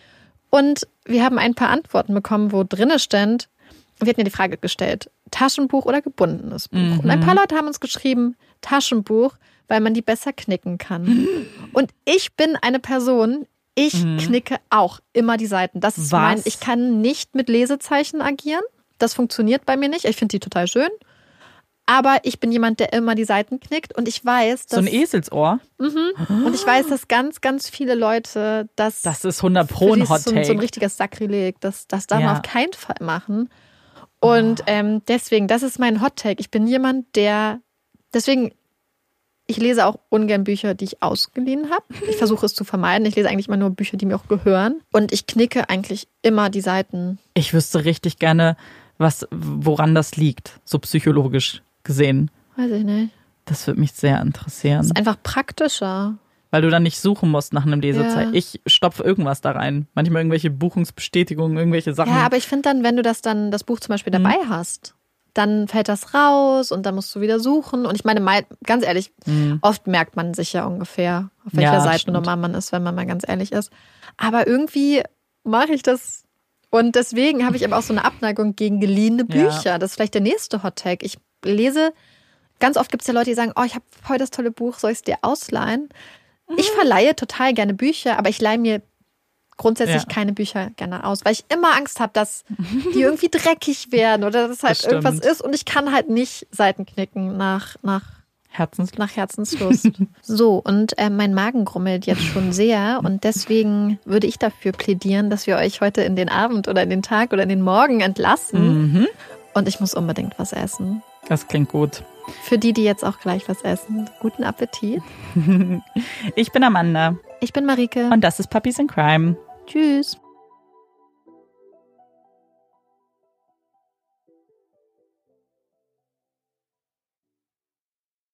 Und wir haben ein paar Antworten bekommen, wo drinne stand, wir hatten ja die Frage gestellt, Taschenbuch oder gebundenes Buch. Mhm. Und ein paar Leute haben uns geschrieben, Taschenbuch, weil man die besser knicken kann. Und ich bin eine Person, ich mhm. knicke auch immer die Seiten. Das ist Was? mein, ich kann nicht mit Lesezeichen agieren. Das funktioniert bei mir nicht. Ich finde die total schön. Aber ich bin jemand, der immer die Seiten knickt. Und ich weiß, dass... So ein Eselsohr? Mhm. Und ich weiß, dass ganz, ganz viele Leute das... Das ist hundert Pro ein Hot Take. So, so ein richtiges Sakrileg. Das, das darf ja. man auf keinen Fall machen. Und oh. ähm, deswegen, das ist mein Hot Take. Ich bin jemand, der... Deswegen... Ich lese auch ungern Bücher, die ich ausgeliehen habe. Ich versuche es zu vermeiden. Ich lese eigentlich immer nur Bücher, die mir auch gehören. Und ich knicke eigentlich immer die Seiten. Ich wüsste richtig gerne, was, woran das liegt, so psychologisch gesehen. Weiß ich nicht. Das würde mich sehr interessieren. Das ist einfach praktischer. Weil du dann nicht suchen musst nach einem Lesezeichen. Ja. Ich stopfe irgendwas da rein. Manchmal irgendwelche Buchungsbestätigungen, irgendwelche Sachen. Ja, aber ich finde dann, wenn du das dann, das Buch zum Beispiel dabei mhm. hast, dann fällt das raus und dann musst du wieder suchen. Und ich meine, ganz ehrlich, mhm. oft merkt man sich ja ungefähr, auf welcher ja, Seitennummer man ist, wenn man mal ganz ehrlich ist. Aber irgendwie mache ich das. Und deswegen habe ich aber auch so eine Abneigung gegen geliehene Bücher. Ja. Das ist vielleicht der nächste Hottag. Ich lese, ganz oft gibt es ja Leute, die sagen, oh, ich habe heute das tolle Buch, soll ich es dir ausleihen? Mhm. Ich verleihe total gerne Bücher, aber ich leihe mir grundsätzlich ja. keine Bücher gerne aus, weil ich immer Angst habe, dass die irgendwie dreckig werden oder dass halt das irgendwas ist und ich kann halt nicht Seiten knicken nach, nach, Herzenslust. nach Herzenslust. So, und äh, mein Magen grummelt jetzt schon sehr und deswegen würde ich dafür plädieren, dass wir euch heute in den Abend oder in den Tag oder in den Morgen entlassen Mhm. und ich muss unbedingt was essen. Das klingt gut. Für die, die jetzt auch gleich was essen, guten Appetit. Ich bin Amanda. Ich bin Marike. Und das ist Puppies in Crime. Tschüss.